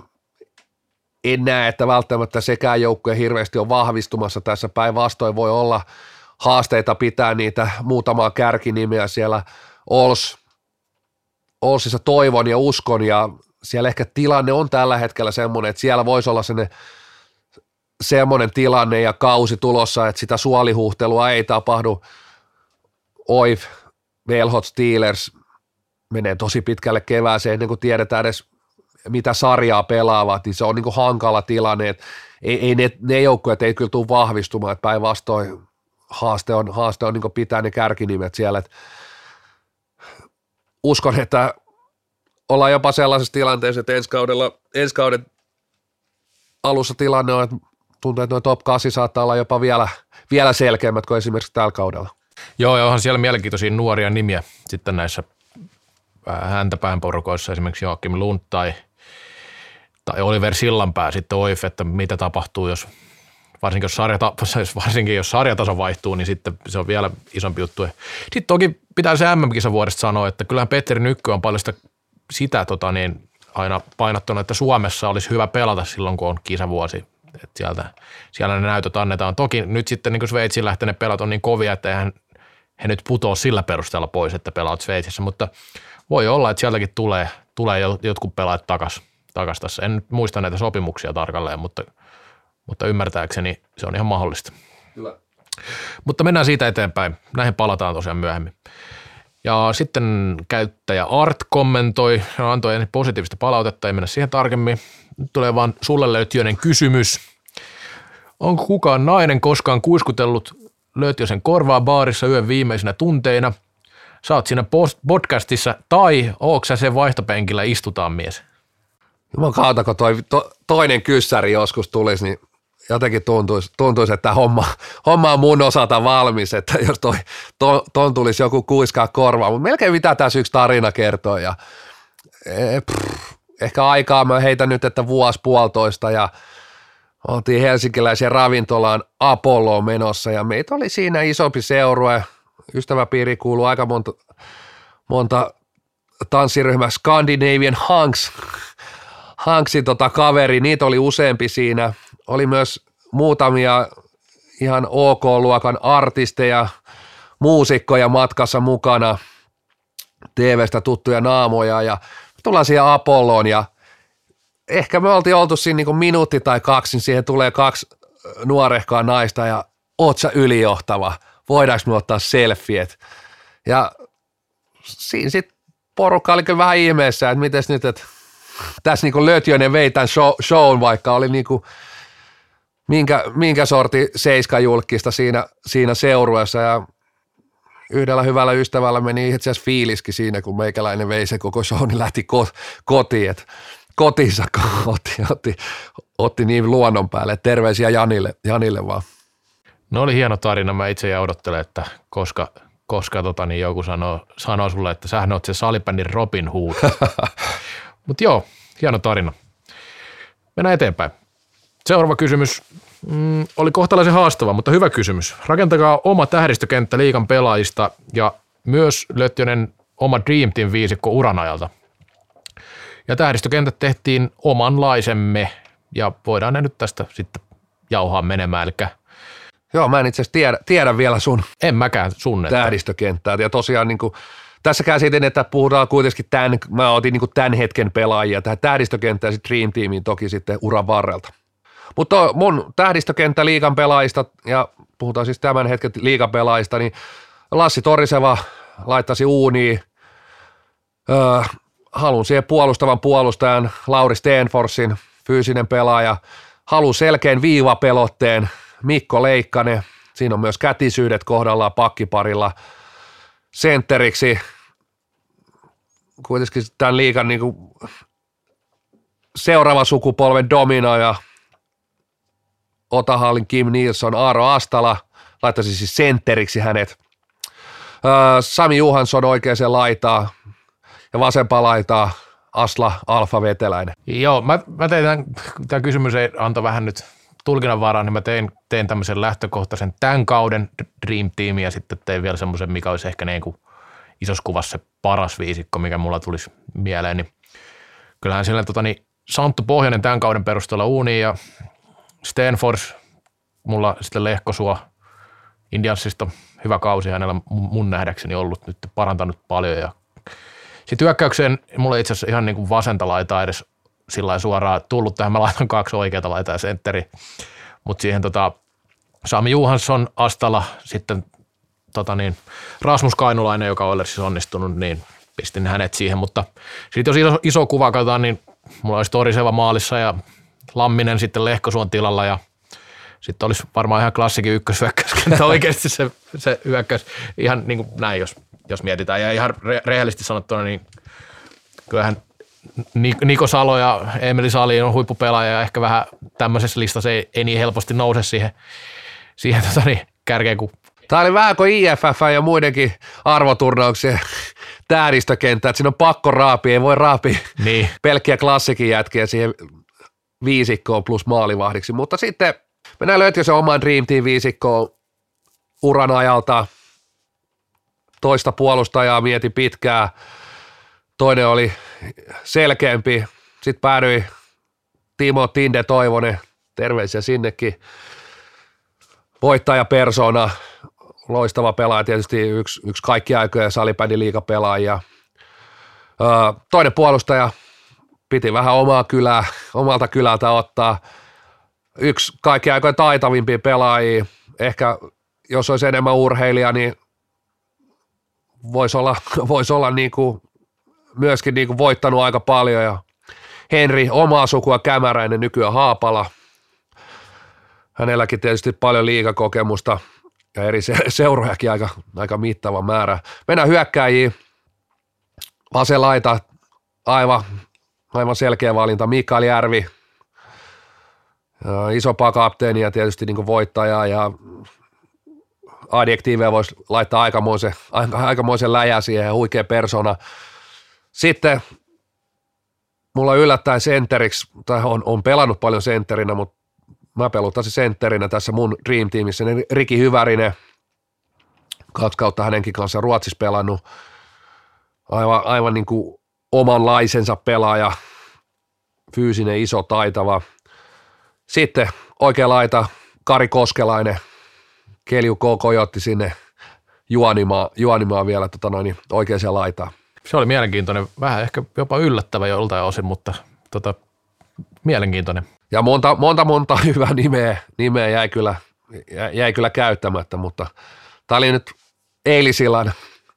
en näe, että välttämättä sekään joukkue hirveästi on vahvistumassa tässä, päinvastoin voi olla haasteita pitää niitä muutamaa kärkinimeä siellä Ols, Olsissa toivon ja uskon ja siellä ehkä tilanne on tällä hetkellä semmoinen, että siellä voisi olla sellainen semmoinen tilanne ja kausi tulossa, että sitä suolihuhtelua ei tapahdu. Oif, Velhot, Steelers, menee tosi pitkälle kevääseen ennen kuin tiedetään edes mitä sarjaa pelaavat, niin se on niin kuin hankala tilanne, että ei, ei ne, ne joukkueet ei kyllä tule vahvistumaan, että päinvastoin haaste on, haaste on niin kuin pitää ne kärkinimet siellä, että uskon, että ollaan jopa sellaisessa tilanteessa, että ensi kaudella, ensi kauden alussa tilanne on, että tuntuu, että noin top kahdeksan saattaa olla jopa vielä, vielä selkeämmät kuin esimerkiksi tällä kaudella. Joo, ja onhan siellä mielenkiintoisia nuoria nimiä sitten näissä häntäpään porukoissa, esimerkiksi Joakim Lund tai, tai Oliver Sillanpää sitten O I F, että mitä tapahtuu, jos varsinkin jos, sarjata, varsinkin jos sarjataso vaihtuu, niin sitten se on vielä isompi juttu. Sitten toki pitää se M M-kisan vuodesta sanoa, että kyllähän Petteri Nykkö on paljon sitä, sitä tota niin, aina painottanut, että Suomessa olisi hyvä pelata silloin, kun on kisavuosi. Että sieltä, siellä ne näytöt annetaan. Toki nyt sitten niin Sveitsiin lähteneet pelat on niin kovia, että eihän he nyt putoa sillä perusteella pois, että pelaat Sveitsissä, mutta voi olla, että sieltäkin tulee, tulee jotkut pelaajat takaisin takas tässä. En nyt muista näitä sopimuksia tarkalleen, mutta, mutta ymmärtääkseni se on ihan mahdollista. Kyllä. Mutta mennään siitä eteenpäin. Näihin palataan tosiaan myöhemmin. Ja sitten käyttäjä Art kommentoi ja antoi positiivista palautetta, ei mennä siihen tarkemmin. Nyt tulee vaan sulle Lötjönen kysymys. Onko kukaan nainen koskaan kuiskutellut Lötjösen korvaa baarissa yön viimeisinä tunteina? Sä oot siinä podcastissa tai ootko sä sen vaihtopenkillä istutaan mies? Juman kautta, kun toi, to, toinen kyssäri joskus tulisi, niin jotenkin tuntuisi, tuntuisi että homma, homma on mun osalta valmis, että jos toi, to, ton tulisi joku kuiskaa korvaa, mutta melkein mitä tässä yksi tarina kertoo ja e, pff, ehkä aikaa mä heitän nyt, että vuosi puolitoista ja oltiin helsinkiläisen ravintolaan Apolloon menossa ja meitä oli siinä isompi seurue, ystäväpiiri kuuluu aika monta, monta tanssiryhmää Scandinavian Hunks, Hunksin tota kaveri, niitä oli useampi siinä, oli myös muutamia ihan OK-luokan artisteja, muusikkoja matkassa mukana, T V:stä tuttuja naamoja ja tullaan siihen Apolloon ja ehkä me oltiin oltu siinä niin kuin minuutti tai kaksi, niin siihen tulee kaksi nuorehkaa naista ja oot sä ylijohtava, voidaanko me ottaa selfiet ja siinä sitten porukka oli kyllä vähän ihmeessä, että mites nyt, että tässä niin Lötjönen vei tämän show, shown, vaikka oli niin kuin minkä, minkä sorti seiskajulkista siinä, siinä seurueessa ja yhdellä hyvällä ystävällä meni itse asiassa fiiliskin siinä, kun meikäläinen vei se koko show, niin lähti ko- kotiin, että kotiinsa otti, otti, otti niin luonnon päälle, terveisiä Janille, Janille vaan. No oli hieno tarina, mä itse ja odottelen, että koska, koska tota, niin joku sanoo, sanoo sulle, että sähän oot se salibändin Robin Hood. Mutta joo, hieno tarina. Mennään eteenpäin. Seuraava kysymys mm, oli kohtalaisen haastava, mutta hyvä kysymys. Rakentakaa oma tähdistökenttä liigan pelaajista ja myös Lötjönen oma Dream Team viisikko uran ajalta. Ja tähdistökentät tehtiin omanlaisemme ja voidaan ne nyt tästä sitten jauhaa menemään. Elikkä joo, mä en itse asiassa tiedä, tiedä vielä sun en mäkään sun tähdistökenttää ja tosiaan niin kuin tässä käsitin, että puhutaan kuitenkin tämän, mä otin niin kuin tämän hetken pelaajia tähän tähdistökenttään ja Dream Teamiin toki sitten uran varrelta. Mutta mun tähdistökenttä liigan pelaajista, ja puhutaan siis tämän hetken liigan pelaajista, niin Lassi Toriseva laittaisi uuniin, öö, halun siihen puolustavan puolustajan Lauri Stenforsin, fyysinen pelaaja, halun selkeän viivapelotteen Mikko Leikkanen, siinä on myös kätisyydet kohdallaan pakkiparilla, sentteriksi kuitenkin tämän liigan niin kuin seuraava sukupolven dominoija Otahallin Kim Nilsson, Aaro Astala, laittaisi siis sentteriksi hänet. Sami Johansson oikeaan laitaa ja vasempaa laitaa Asla Alfa Veteläinen. Joo, mä, mä tein tämän, tämä kysymys ei antoi vähän nyt tulkinnanvaraa, niin mä tein, tein tämmöisen lähtökohtaisen tämän kauden Dream Teamin ja sitten tein vielä semmoisen, mikä olisi ehkä niin kuin isossa kuvassa se paras viisikko, mikä mulla tulisi mieleen. Niin kyllähän siellä tota, niin Santtu Pohjonen tämän kauden perusteella uuniin ja Stenfors, mulla sitten Lehkosua Indiansista hyvä kausi hänellä mun nähdäkseni ollut nyt parantanut paljon. Ja sitten hyökkäykseen mulla itse asiassa ihan niin kuin vasenta laitaa edes sillä suoraan tullut tähän, mä laitan kaksi oikeata laitaa ja sentteri, mutta siihen tota, Sami Johansson, Astala, sitten tota niin, Rasmus Kainulainen, joka on siis onnistunut, niin pistin hänet siihen, mutta sitten jos iso, iso kuva katsotaan, niin mulla olisi Toriseva maalissa ja Lamminen sitten Lehkosuon tilalla ja sitten olisi varmaan ihan klassikin ykköshyökkäyskenttä oikeasti se, se hyökkäys. Ihan niin kuin näin, jos, jos mietitään. Ja ihan re- rehellisesti sanottuna, niin kyllähän Niko Salo ja Emeli Sali on huippupelaaja ja ehkä vähän tämmöisessä listassa ei, ei niin helposti nouse siihen, siihen tota niin, kärkeen kuin. Tämä oli vähän kuin I F F ja muidenkin arvoturnauksien tähdistökenttä, että siinä on pakko raapia, ei voi raapia niin. pelkkiä klassikin jätkiä siihen viisikkoon plus maalivahdiksi, mutta sitten mennään löytyy se oman Dream Team viisikkoon uran ajalta, toista puolustajaa mieti pitkään, toinen oli selkeämpi, sitten päädyi Timo Tinde Toivonen, terveisiä sinnekin, voittajapersona, loistava pelaaja, tietysti yksi, yksi kaikki aikojen salibändin liigapelaajia. Öö, toinen puolustaja piti vähän omaa kylää, omalta kylältä ottaa. Yksi kaikki aikojen taitavimpia pelaajia. Ehkä jos olisi enemmän urheilija, niin voisi olla, vois olla niin kuin, myöskin niin kuin voittanut aika paljon. Ja Henri, omaa sukua Kämäräinen, nykyään Haapala. Hänelläkin tietysti paljon liigakokemusta ja eri seurojakin aika, aika mittava määrä. Mennään hyökkääjiin. Vasen laita, aivan, aivan selkeä valinta. Mikael Järvi, isompaa kapteenia tietysti niin kuin voittajaa ja adjektiiveja voisi laittaa aikamoisen, aikamoisen läjä siihen ja huikea persona. Sitten mulla yllättäen sentteriksi, tai on, on pelannut paljon sentterinä, mutta mä peluttaisin sentterinä tässä mun Dream Teamissä, niin Riki Hyvärinen, kaksi kautta hänenkin kanssa Ruotsissa pelannut, aivan, aivan niin kuin omanlaisensa pelaaja, fyysinen, iso, taitava. Sitten oikea laita, Kari Koskelainen, Kelju K. Kojotti sinne juonimaan, juonimaan vielä tota noin, oikeaan laitaan. Se oli mielenkiintoinen, vähän ehkä jopa yllättävä joltain osin, mutta tota, mielenkiintoinen. Ja monta, monta, monta hyvää nimeä, nimeä jäi, kyllä, jäi kyllä käyttämättä, mutta tämä oli nyt eilisillan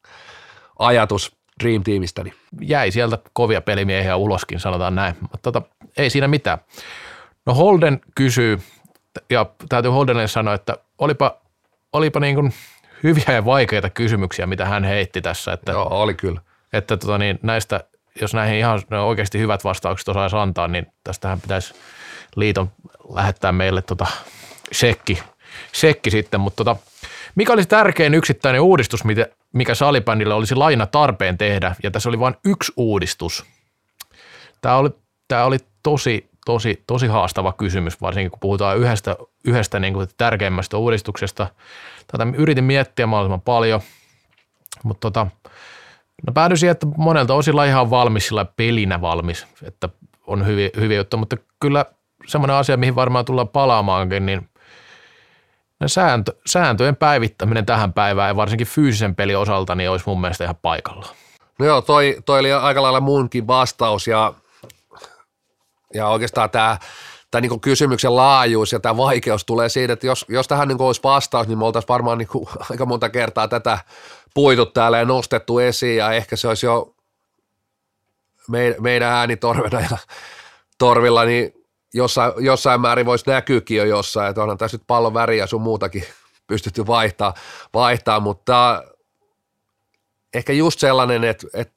ajatus Dream Teamistäni. Jäi sieltä kovia pelimiehiä uloskin, sanotaan näin, mutta tota, ei siinä mitään. No Holden kysyy, ja täytyy Holdenille sanoa, että olipa, olipa niin kuin hyviä ja vaikeita kysymyksiä, mitä hän heitti tässä. Että, Joo, oli kyllä. Että tota niin, näistä, jos näihin ihan oikeasti hyvät vastaukset osaisi antaa, niin tästähän pitäisi liiton lähettää meille tota sekki, sekki sitten, mutta tota, mikä olisi tärkein yksittäinen uudistus, mikä salibändille olisi laina tarpeen tehdä, ja tässä oli vain yksi uudistus. Tämä oli, tämä oli tosi, tosi, tosi haastava kysymys, varsinkin kun puhutaan yhdestä, yhdestä niin kuin tärkeimmästä uudistuksesta. Tätä yritin miettiä mahdollisimman paljon, mutta tota, no päädyin siihen, että monelta osilla ihan valmis, sillä pelinä valmis, että on hyviä, hyviä juttuja, mutta kyllä semmoinen asia, mihin varmaan tullaan palaamaankin, niin sääntö, sääntöjen päivittäminen tähän päivään ja varsinkin fyysisen pelin osalta niin olisi mun mielestä ihan paikallaan. No joo, toi, toi oli aika lailla munkin vastaus ja, ja oikeastaan tämä, tämä niin kuin kysymyksen laajuus ja tämä vaikeus tulee siitä, että jos, jos tähän niin kuin olisi vastaus, niin me oltaisiin varmaan niin kuin aika monta kertaa tätä puitu täällä ja nostettu esiin ja ehkä se olisi jo me, meidän äänitorvena ja torvilla, niin jossain, jossain määrin voisi näkyykin jo jossain, että onhan tässä nyt pallon väriä sun muutakin pystytty vaihtaa, vaihtaa mutta ehkä just sellainen, että, että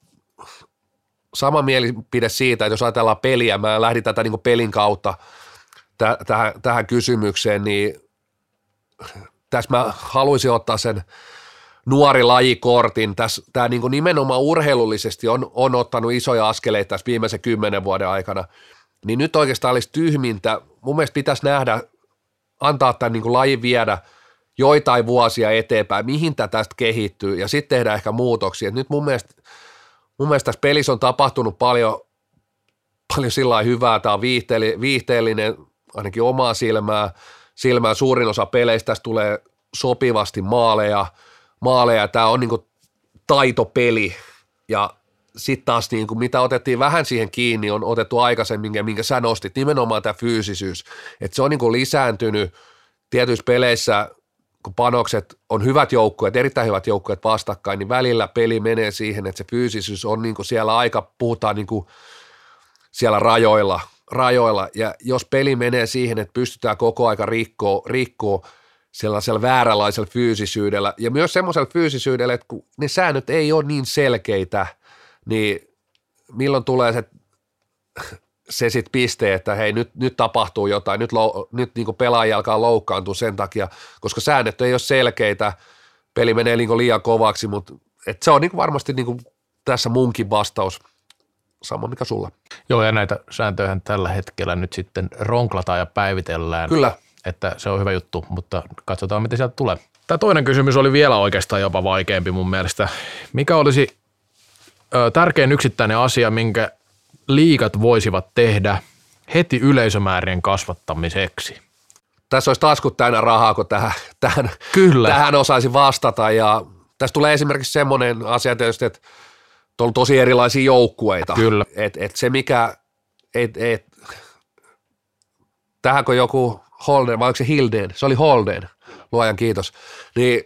sama mielipide siitä, että jos ajatellaan peliä, mä lähdin tätä niin kuin pelin kautta täh, tähän, tähän kysymykseen, niin tässä mä haluaisin ottaa sen nuori lajikortin. Tässä, tämä niin kuin nimenomaan urheilullisesti on, on ottanut isoja askeleita tässä viimeisen kymmenen vuoden aikana, niin nyt oikeastaan olisi tyhmintä. Mun mielestä pitäisi nähdä, antaa tämän niin kuin lajin viedä joitain vuosia eteenpäin, mihin tämä tästä kehittyy, ja sitten tehdään ehkä muutoksia. Et nyt mun mielestä, mun mielestä tässä pelissä on tapahtunut paljon, paljon sillä lailla hyvää. Tämä on viihteellinen, viihteellinen ainakin omaa silmää, silmää. Suurin osa peleistä tässä tulee sopivasti maaleja. maaleja. Tämä on niin kuin taitopeli, ja sitten taas niin kuin mitä otettiin vähän siihen kiinni, on otettu aikaisemmin, ja minkä sä nostit, nimenomaan tämä fyysisyys. Että se on niin kuin lisääntynyt tietyissä peleissä kun panokset on hyvät joukkueet, erittäin hyvät joukkueet vastakkain, niin välillä peli menee siihen, että se fyysisyys on niin kuin siellä aika, puhutaan niin kuin siellä rajoilla, rajoilla, ja jos peli menee siihen, että pystytään koko aika rikkoa, rikkoa sellaisella vääränlaisella fyysisyydellä, ja myös semmoisella fyysisyydellä, että kun ne säännöt ei ole niin selkeitä, niin milloin tulee se, se sitten piste, että hei nyt, nyt tapahtuu jotain, nyt, lou, nyt niin kuin pelaaja alkaa loukkaantua sen takia, koska säännöt ei ole selkeitä, peli menee niin kuin liian kovaksi, mutta et se on niin kuin varmasti niin kuin tässä munkin vastaus, sama mikä sulla. Joo, ja näitä sääntöjä tällä hetkellä nyt sitten ronklataan ja päivitellään. Kyllä. Että se on hyvä juttu, mutta katsotaan, miten sieltä tulee. Tämä toinen kysymys oli vielä oikeastaan jopa vaikeampi mun mielestä. Mikä olisi ö, tärkein yksittäinen asia, minkä liigat voisivat tehdä heti yleisömäärien kasvattamiseksi? Tässä olisi taskut täynnä rahaa, kun tähän, tähän, Kyllä. tähän osaisi vastata. Ja tässä tulee esimerkiksi semmoinen asia tietysti, että on tosi erilaisia joukkueita. Kyllä. Et, et se mikä, et, et, tähän kun joku Holden, vai onko se Hilden? Se oli Holden, luojan kiitos. Niin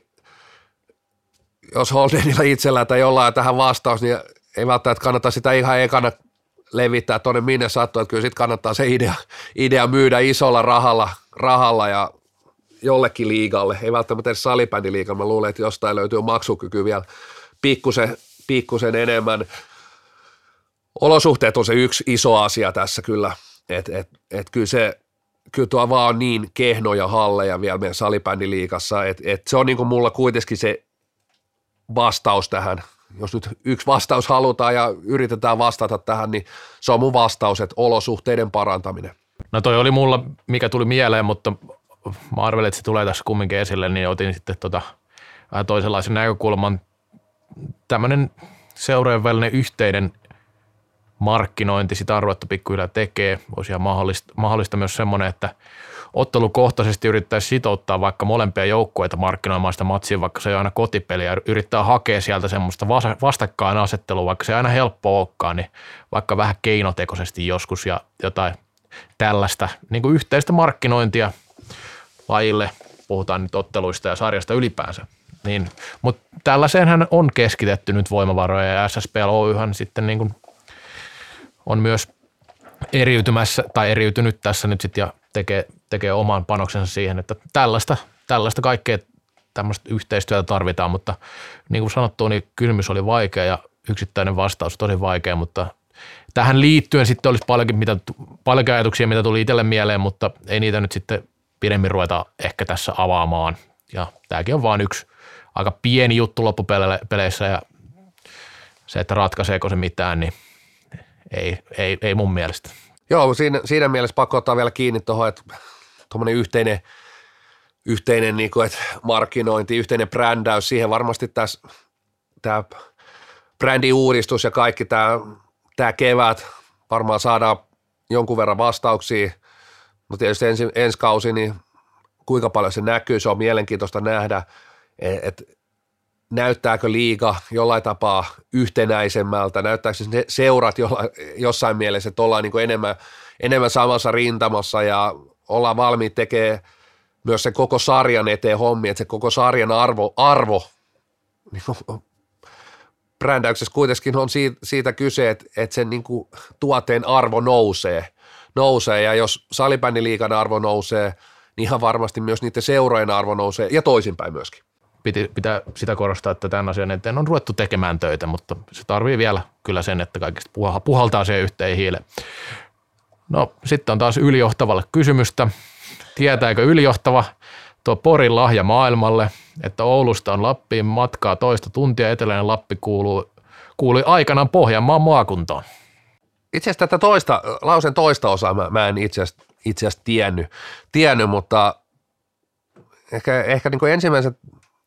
jos Holdenilla itsellään tai jollain tähän vastaus, niin ei välttämättä kannata sitä ihan ekana levittää tuonne minne sattuu, että kyllä sitten kannattaa se idea, idea myydä isolla rahalla, rahalla ja jollekin liigalle, ei välttämättä edes salibändiliigalle, mä luulen, että jostain löytyy maksukyky vielä pikkusen, pikkusen enemmän. Olosuhteet on se yksi iso asia tässä kyllä, että et, et kyllä se, kyllä tuo vaan on niin kehnoja halleja vielä meidän salibändiliigassa, että et se on niin kuin mulla kuitenkin se vastaus tähän. Jos nyt yksi vastaus halutaan ja yritetään vastata tähän, niin se on mun vastaus, että olosuhteiden parantaminen. No toi oli mulla, mikä tuli mieleen, mutta mä arvelin, että se tulee tässä kumminkin esille, niin otin sitten tota, vähän toisenlaisen näkökulman. Tämmöinen seurojen välinen yhteinen markkinointi, sitä on ruvettu pikkuhiljaa tekee. Voisi ihan mahdollista, mahdollista myös semmoinen, että ottelukohtaisesti yrittäisi sitouttaa vaikka molempia joukkueita markkinoimaan sitä matsia, vaikka se ei ole aina kotipeli, ja yrittää hakea sieltä semmoista vastakkainasettelua, vaikka se ei aina helppo olekaan, niin vaikka vähän keinotekoisesti joskus ja jotain tällaista niin kuin yhteistä markkinointia lajille, puhutaan nyt otteluista ja sarjasta ylipäänsä. Niin, mutta tällaiseenhän on keskitetty nyt voimavaroja, ja S S P L Oy:han sitten niin kuin on myös eriytymässä tai eriytynyt tässä nyt sitten ja tekee, tekee oman panoksensa siihen, että tällaista, tällaista kaikkea tämmöistä yhteistyötä tarvitaan, mutta niin kuin sanottu, niin kysymys oli vaikea ja yksittäinen vastaus tosi vaikea, mutta tähän liittyen sitten olisi paljonkin, mitä, paljon ajatuksia, mitä tuli itselle mieleen, mutta ei niitä nyt sitten pidemmin ruveta ehkä tässä avaamaan. Ja tämäkin on vain yksi aika pieni juttu loppupeleissä ja se, että ratkaiseeko se mitään, niin ei, ei, ei mun mielestä. Joo, siinä, siinä mielessä pakko ottaa vielä kiinni tuohon, että tuommoinen yhteinen, yhteinen niin kuin, että markkinointi, yhteinen brändäys, siihen varmasti tässä tämä brändiuudistus ja kaikki tämä, tämä kevät varmaan saadaan jonkun verran vastauksia, mutta tietysti ensi, ensi kausi, niin kuinka paljon se näkyy, se on mielenkiintoista nähdä, että näyttääkö liiga jollain tapaa yhtenäisemmältä, näyttääkö ne seurat jollain, jossain mielessä, että ollaan niin kuin enemmän, enemmän samassa rintamassa ja ollaan valmiit tekemään myös sen koko sarjan eteen hommi, että se koko sarjan arvo, arvo niin kuin brändäyksessä kuitenkin on siitä, siitä kyse, että, että sen niin kuin tuotteen arvo nousee, nousee ja jos salibändiliigan arvo nousee, niin ihan varmasti myös niiden seurojen arvo nousee ja toisinpäin myöskin. Piti, pitää sitä korostaa, että tämän asian eteen on ruvettu tekemään töitä, mutta se tarvii vielä kyllä sen, että kaikista puhaltaa siihen yhteen hiileen. No sitten on taas ylijohtavalle kysymystä. Tietääkö ylijohtava tuo Porin lahja maailmalle, että Oulusta on Lappiin matkaa toista tuntia, eteläinen Lappi kuuluu, kuului aikanaan Pohjanmaan maakuntaan? Itse asiassa tätä toista, lausen toista osaa mä, mä en itse asiassa, itse asiassa tiennyt, tiennyt, mutta ehkä, ehkä niin kuin ensimmäiset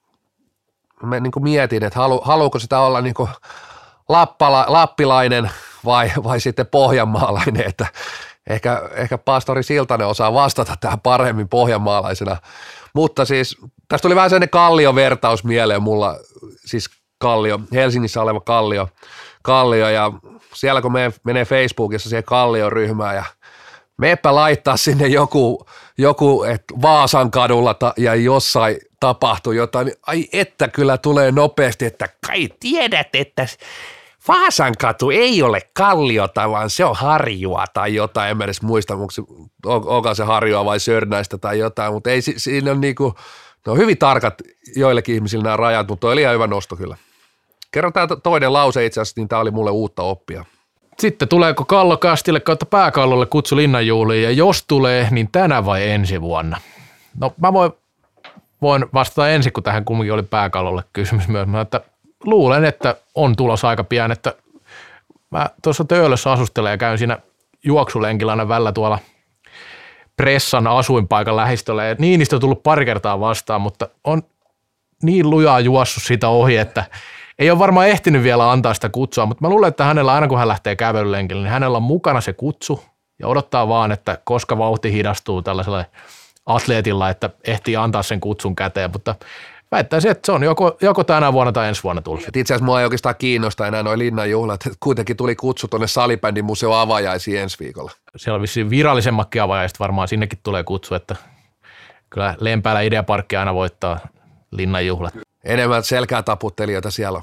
mä niin kuin mietin, että halu, haluuko sitä olla niin kuin lappala, lappilainen vai, vai sitten pohjanmaalainen, että ehkä, ehkä pastori Siltanen osaa vastata tähän paremmin pohjanmaalaisena, mutta siis tästä tuli vähän sellainen Kallio-vertaus mieleen mulla, siis Kallio, Helsingissä oleva Kallio, Kallio ja siellä kun me menee Facebookissa siihen Kallio-ryhmään ja meepä laittaa sinne joku, joku että Vaasan kadulla ta, ja jossain tapahtui jotain, niin ai että kyllä tulee nopeasti, että kai tiedät, että Vaasan katu ei ole kalliota, vaan se on harjua tai jotain, en mä edes muista, onko se harjua vai Sörnäistä tai jotain, mutta ei siinä on niinku, ne on hyvin tarkat joillekin ihmisillä nämä rajat, mutta toi oli ihan hyvä nosto kyllä. Kerrotaan toinen lause itse asiassa, niin tämä oli mulle uutta oppia. Sitten tuleeko Kallokastille kautta Pääkallolle kutsu linnanjuhliin, ja jos tulee, niin tänä vai ensi vuonna? No mä voin, voin vastata ensin, kun tähän kumminkin oli Pääkallolle kysymys myös, että luulen, että on tulossa aika pian, että mä tuossa Töölössä asustelen ja käyn siinä juoksulenkillä aina välillä tuolla pressan asuinpaikan lähistöllä, ja Niinistö on tullut pari kertaa vastaan, mutta on niin lujaa juossut sitä ohi, että ei ole varmaan ehtinyt vielä antaa sitä kutsua, mutta mä luulen, että hänellä aina kun hän lähtee kävelylenkille, niin hänellä on mukana se kutsu ja odottaa vaan, että koska vauhti hidastuu tällaisella atleetilla, että ehtii antaa sen kutsun käteen, mutta väittäisin, että se on joko, joko tänä vuonna tai ensi vuonna tullut. Itse asiassa mua ei oikeastaan kiinnosta enää noi linnanjuhlat, että kuitenkin tuli kutsu tuonne Salibändin museo avajaisiin ensi viikolla. Siellä on vissiin virallisemmatkin avajaiset, varmaan sinnekin tulee kutsu, että kyllä Lempäälä Ideaparkki aina voittaa linnanjuhlat. Enemmän selkää taputtelijoita siellä on.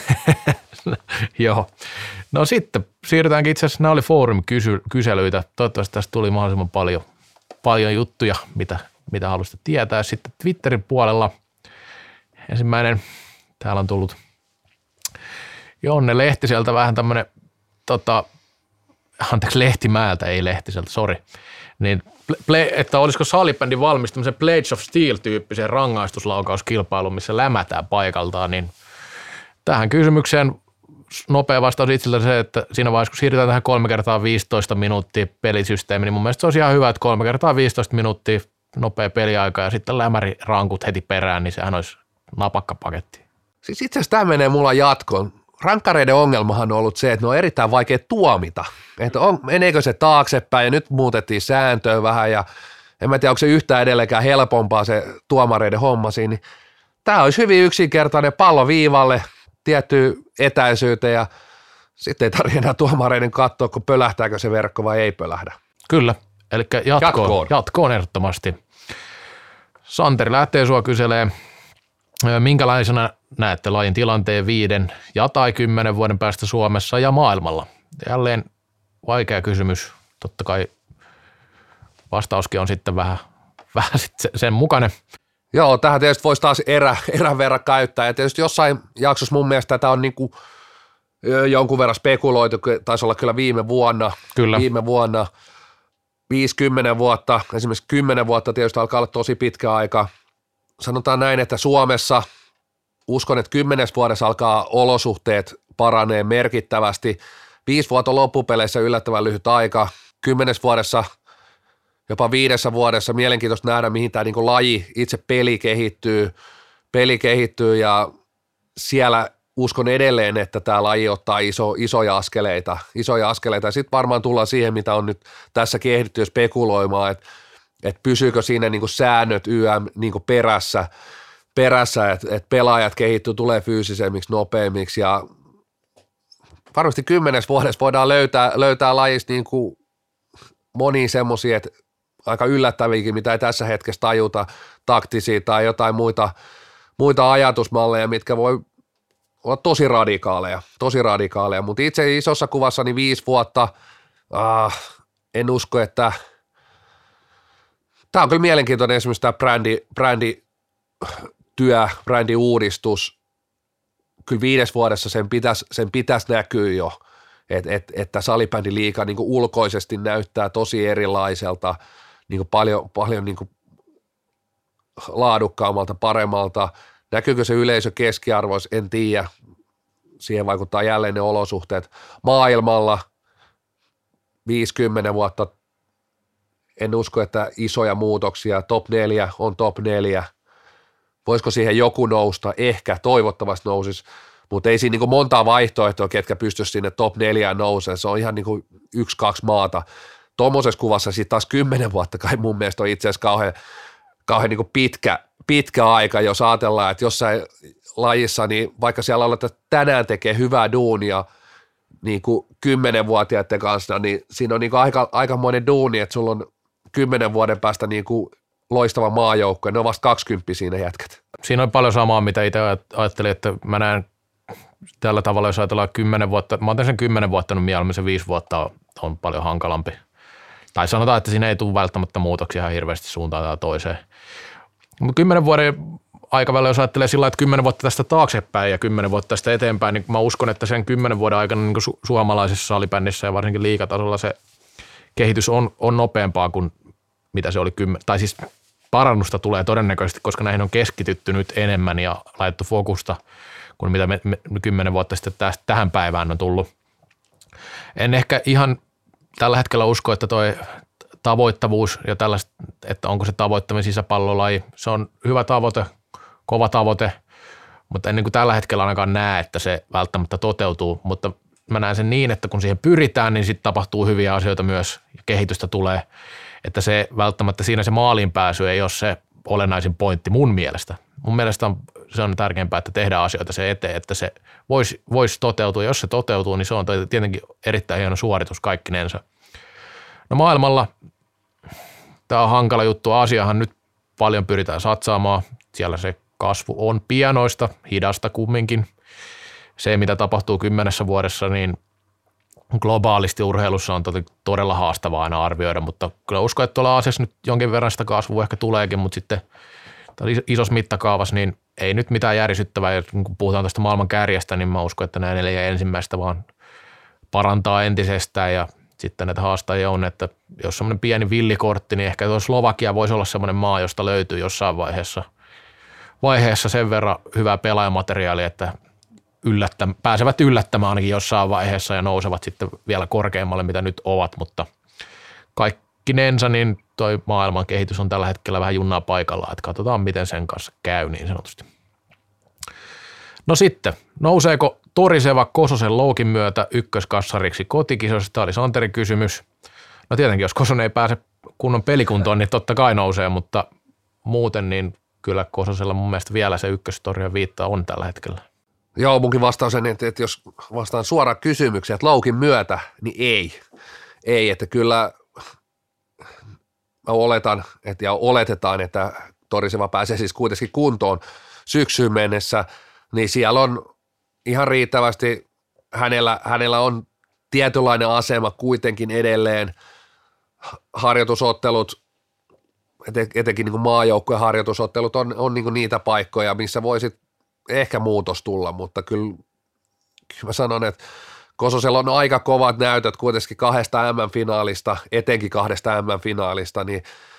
Joo. No sitten siirrytäänkin itse asiassa, nämä oli Forum-kyselyitä. Toivottavasti tästä tuli mahdollisimman paljon, paljon juttuja, mitä, mitä haluaisitte tietää. Sitten Twitterin puolella ensimmäinen, täällä on tullut Jonne Lehtiseltä vähän tämmöinen, tota, anteeksi Lehtimäeltä, ei Lehtiseltä, sori. Niin, play, että olisiko salibändi valmis tämmöisen Blades of Steel-tyyppisen rangaistuslaukauskilpailun, missä lämätään paikaltaan, niin tähän kysymykseen nopea vastaus itsellä se, että siinä vaiheessa, kun siirrytään tähän kolme kertaa viisitoista minuuttia pelisysteemiin, niin mun mielestä se olisi ihan hyvä, että kolme kertaa viisitoista minuuttia nopea peliaika ja sitten lämärirankut heti perään, niin sehän olisi napakka paketti. Siis itse asiassa tämä menee mulla jatkoon. Rankkareiden ongelmahan on ollut se, että ne on erittäin vaikea tuomita. Että on, meneekö se taaksepäin ja nyt muutettiin sääntöä vähän ja en mä tiedä, onko se yhtään edelleenkään helpompaa se tuomareiden homma siinä. Niin tämä olisi hyvin yksinkertainen pallo viivalle tiettyyn etäisyyteen ja sitten ei tarvitse enää tuomareiden katsoa, kun pölähtääkö se verkko vai ei pölähdä. Kyllä, eli jatkoon, jatkoon. jatkoon ehdottomasti. Santeri lähtee sua kyselee, minkälaisena näette lajin tilanteen viiden ja tai kymmenen vuoden päästä Suomessa ja maailmalla? Jälleen vaikea kysymys. Totta kai vastauskin on sitten vähän, vähän sitten sen mukainen. Joo, tähän tietysti voisi taas erä, erän verran käyttää. Ja tietysti jossain jaksossa mun mielestä tätä on niin kuin jonkun verran spekuloitu, taisi olla kyllä viime vuonna. Kyllä. Viime vuonna viisikymmentä vuotta, esimerkiksi kymmenen vuotta tietysti alkaa olla tosi pitkä aika. Sanotaan näin, että Suomessa uskon, että kymmenes vuodessa alkaa olosuhteet paranee merkittävästi. Viisi vuotta on loppupeleissä yllättävän lyhyt aika. Kymmenes vuodessa, jopa viidessä vuodessa mielenkiintoista nähdä, mihin tämä niin laji, itse peli kehittyy, peli kehittyy ja siellä uskon edelleen, että tämä laji ottaa iso, isoja askeleita, isoja askeleita ja sitten varmaan tullaan siihen, mitä on nyt tässäkin ehditty jo spekuloimaan, että että pysyykö siinä niin kuin säännöt Y M niin kuin perässä, perässä että et pelaajat kehittyy, tulee fyysisemmiksi, nopeammiksi ja varmasti kymmenes vuodessa voidaan löytää, löytää lajista niin kuin monia semmoisia, että aika yllättäviäkin, mitä ei tässä hetkessä tajuta, taktisia tai jotain muita, muita ajatusmalleja, mitkä voi olla tosi radikaaleja, tosi radikaaleja, mutta itse isossa kuvassa niin viisi vuotta, ah, en usko, että tämä on kyllä mielenkiintoinen esimerkiksi tämä brändi, brändityö, brändiuudistus. Kyllä viides vuodessa sen pitäisi, sen pitäisi näkyä jo, että et, että salibändiliiga niin kuin ulkoisesti näyttää tosi erilaiselta, niin kuin paljon, paljon niin kuin laadukkaammalta, paremmalta. Näkyykö se yleisö keskiarvoissa, en tiedä. Siihen vaikuttaa jälleen ne olosuhteet. Maailmalla viisikymmentä vuotta en usko, että isoja muutoksia, top neljä on top neljä. Voisiko siihen joku nousta? Ehkä, toivottavasti nousisi, mutta ei siinä niin kuin montaa vaihtoehtoa, ketkä pystyisi sinne top neljään nousemaan. Se on ihan niin kuin yksi, kaksi maata. Tuommoisessa kuvassa sitten taas kymmenen vuotta kai mun mielestä on itse asiassa kauhean, kauhean niin kuin pitkä, pitkä aika, jos ajatellaan, että jossain lajissa, niin vaikka siellä ollaan, että tänään tekee hyvää duunia niin kuin kymmenenvuotiaiden kanssa, niin siinä on niin kuin aika, aikamoinen duuni, että sulla on kymmenen vuoden päästä niin kuin loistava maajoukko, ja ne on vasta kaksikymppisiä ne jätkät. Siinä on paljon samaa, mitä itse ajattelin, että mä näen tällä tavalla, jos ajatellaan kymmenen vuotta, mä oon sen kymmenen vuotta, niin mieluummin se viisi vuotta on, on paljon hankalampi. Tai sanotaan, että siinä ei tule välttämättä muutoksia ihan hirveästi suuntaan tai toiseen. Mutta kymmenen vuoden aikavälillä, jos ajattelee sillä, että kymmenen vuotta tästä taaksepäin ja kymmenen vuotta tästä eteenpäin, niin mä uskon, että sen kymmenen vuoden aikana niin su- suomalaisessa salibändissä ja varsinkin liigatasolla se kehitys on, on nopeampaa kuin mitä se oli kymmen, tai siis parannusta tulee todennäköisesti, koska näihin on keskitytty nyt enemmän ja laitettu fokusta kuin mitä me, me kymmenen vuotta sitten tästä, tähän päivään on tullut. En ehkä ihan tällä hetkellä usko, että toi tavoittavuus ja tällaista, että onko se tavoittaminen sisäpallolaji, se on hyvä tavoite, kova tavoite, mutta en niin kuin tällä hetkellä ainakaan näe, että se välttämättä toteutuu, mutta mä näen sen niin, että kun siihen pyritään, niin sitten tapahtuu hyviä asioita myös ja kehitystä tulee, että se välttämättä siinä se maaliin pääsy ei ole se olennaisin pointti mun mielestä. Mun mielestä on, se on tärkeämpää, että tehdään asioita se eteen, että se voisi vois toteutua. Jos se toteutuu, niin se on tietenkin erittäin hieno suoritus kaikkinensa. No maailmalla tämä on hankala juttu. Aasiahan nyt paljon pyritään satsaamaan. Siellä se kasvu on pienoista, hidasta kumminkin. Se, mitä tapahtuu kymmenessä vuodessa, niin globaalisti urheilussa on todella haastavaa aina arvioida, mutta kyllä uskon, että tuolla Aasiassa nyt jonkin verran sitä kasvua ehkä tuleekin, mutta sitten isossa mittakaavassa niin ei nyt mitään järisyttävää. Ja kun puhutaan tästä maailman kärjestä, niin mä uskon, että nämä neljä ensimmäistä vaan parantaa entisestään ja sitten näitä haastajia on, että jos semmoinen pieni villikortti, niin ehkä tuo Slovakia voisi olla semmoinen maa, josta löytyy jossain vaiheessa, vaiheessa sen verran hyvää pelaajamateriaalia, että yllättä, pääsevät yllättämään ainakin jossain vaiheessa ja nousevat sitten vielä korkeammalle, mitä nyt ovat, mutta kaikkinensa niin toi maailman kehitys on tällä hetkellä vähän junnaa paikallaan, että katsotaan miten sen kanssa käy niin sanotusti. No sitten, nouseeko toriseva Kososen loukin myötä ykköskassariksi kotikisoissa? Tämä oli Santerin kysymys. No tietenkin, jos Kosonen ei pääse kunnon pelikuntoon, niin totta kai nousee, mutta muuten niin kyllä Kososella mun mielestä vielä se ykköstorjan viitta on tällä hetkellä. Joo, munkin vastaus on, että jos vastaan suoraan kysymykseen, että loukin myötä, niin ei. Ei, että kyllä mä oletan, että ja oletetaan, että toriseva pääsee siis kuitenkin kuntoon syksyyn mennessä, niin siellä on ihan riittävästi, hänellä, hänellä on tietynlainen asema kuitenkin edelleen, harjoitusottelut, etenkin niin kuin maajoukkueen harjoitusottelut on, on niin kuin niitä paikkoja, missä voisit ehkä muutos tulla, mutta kyllä, kyllä mä sanon, että Kososella on aika kovat näytöt kuitenkin kahdesta M M-finaalista, etenkin kahdesta M M-finaalista, niin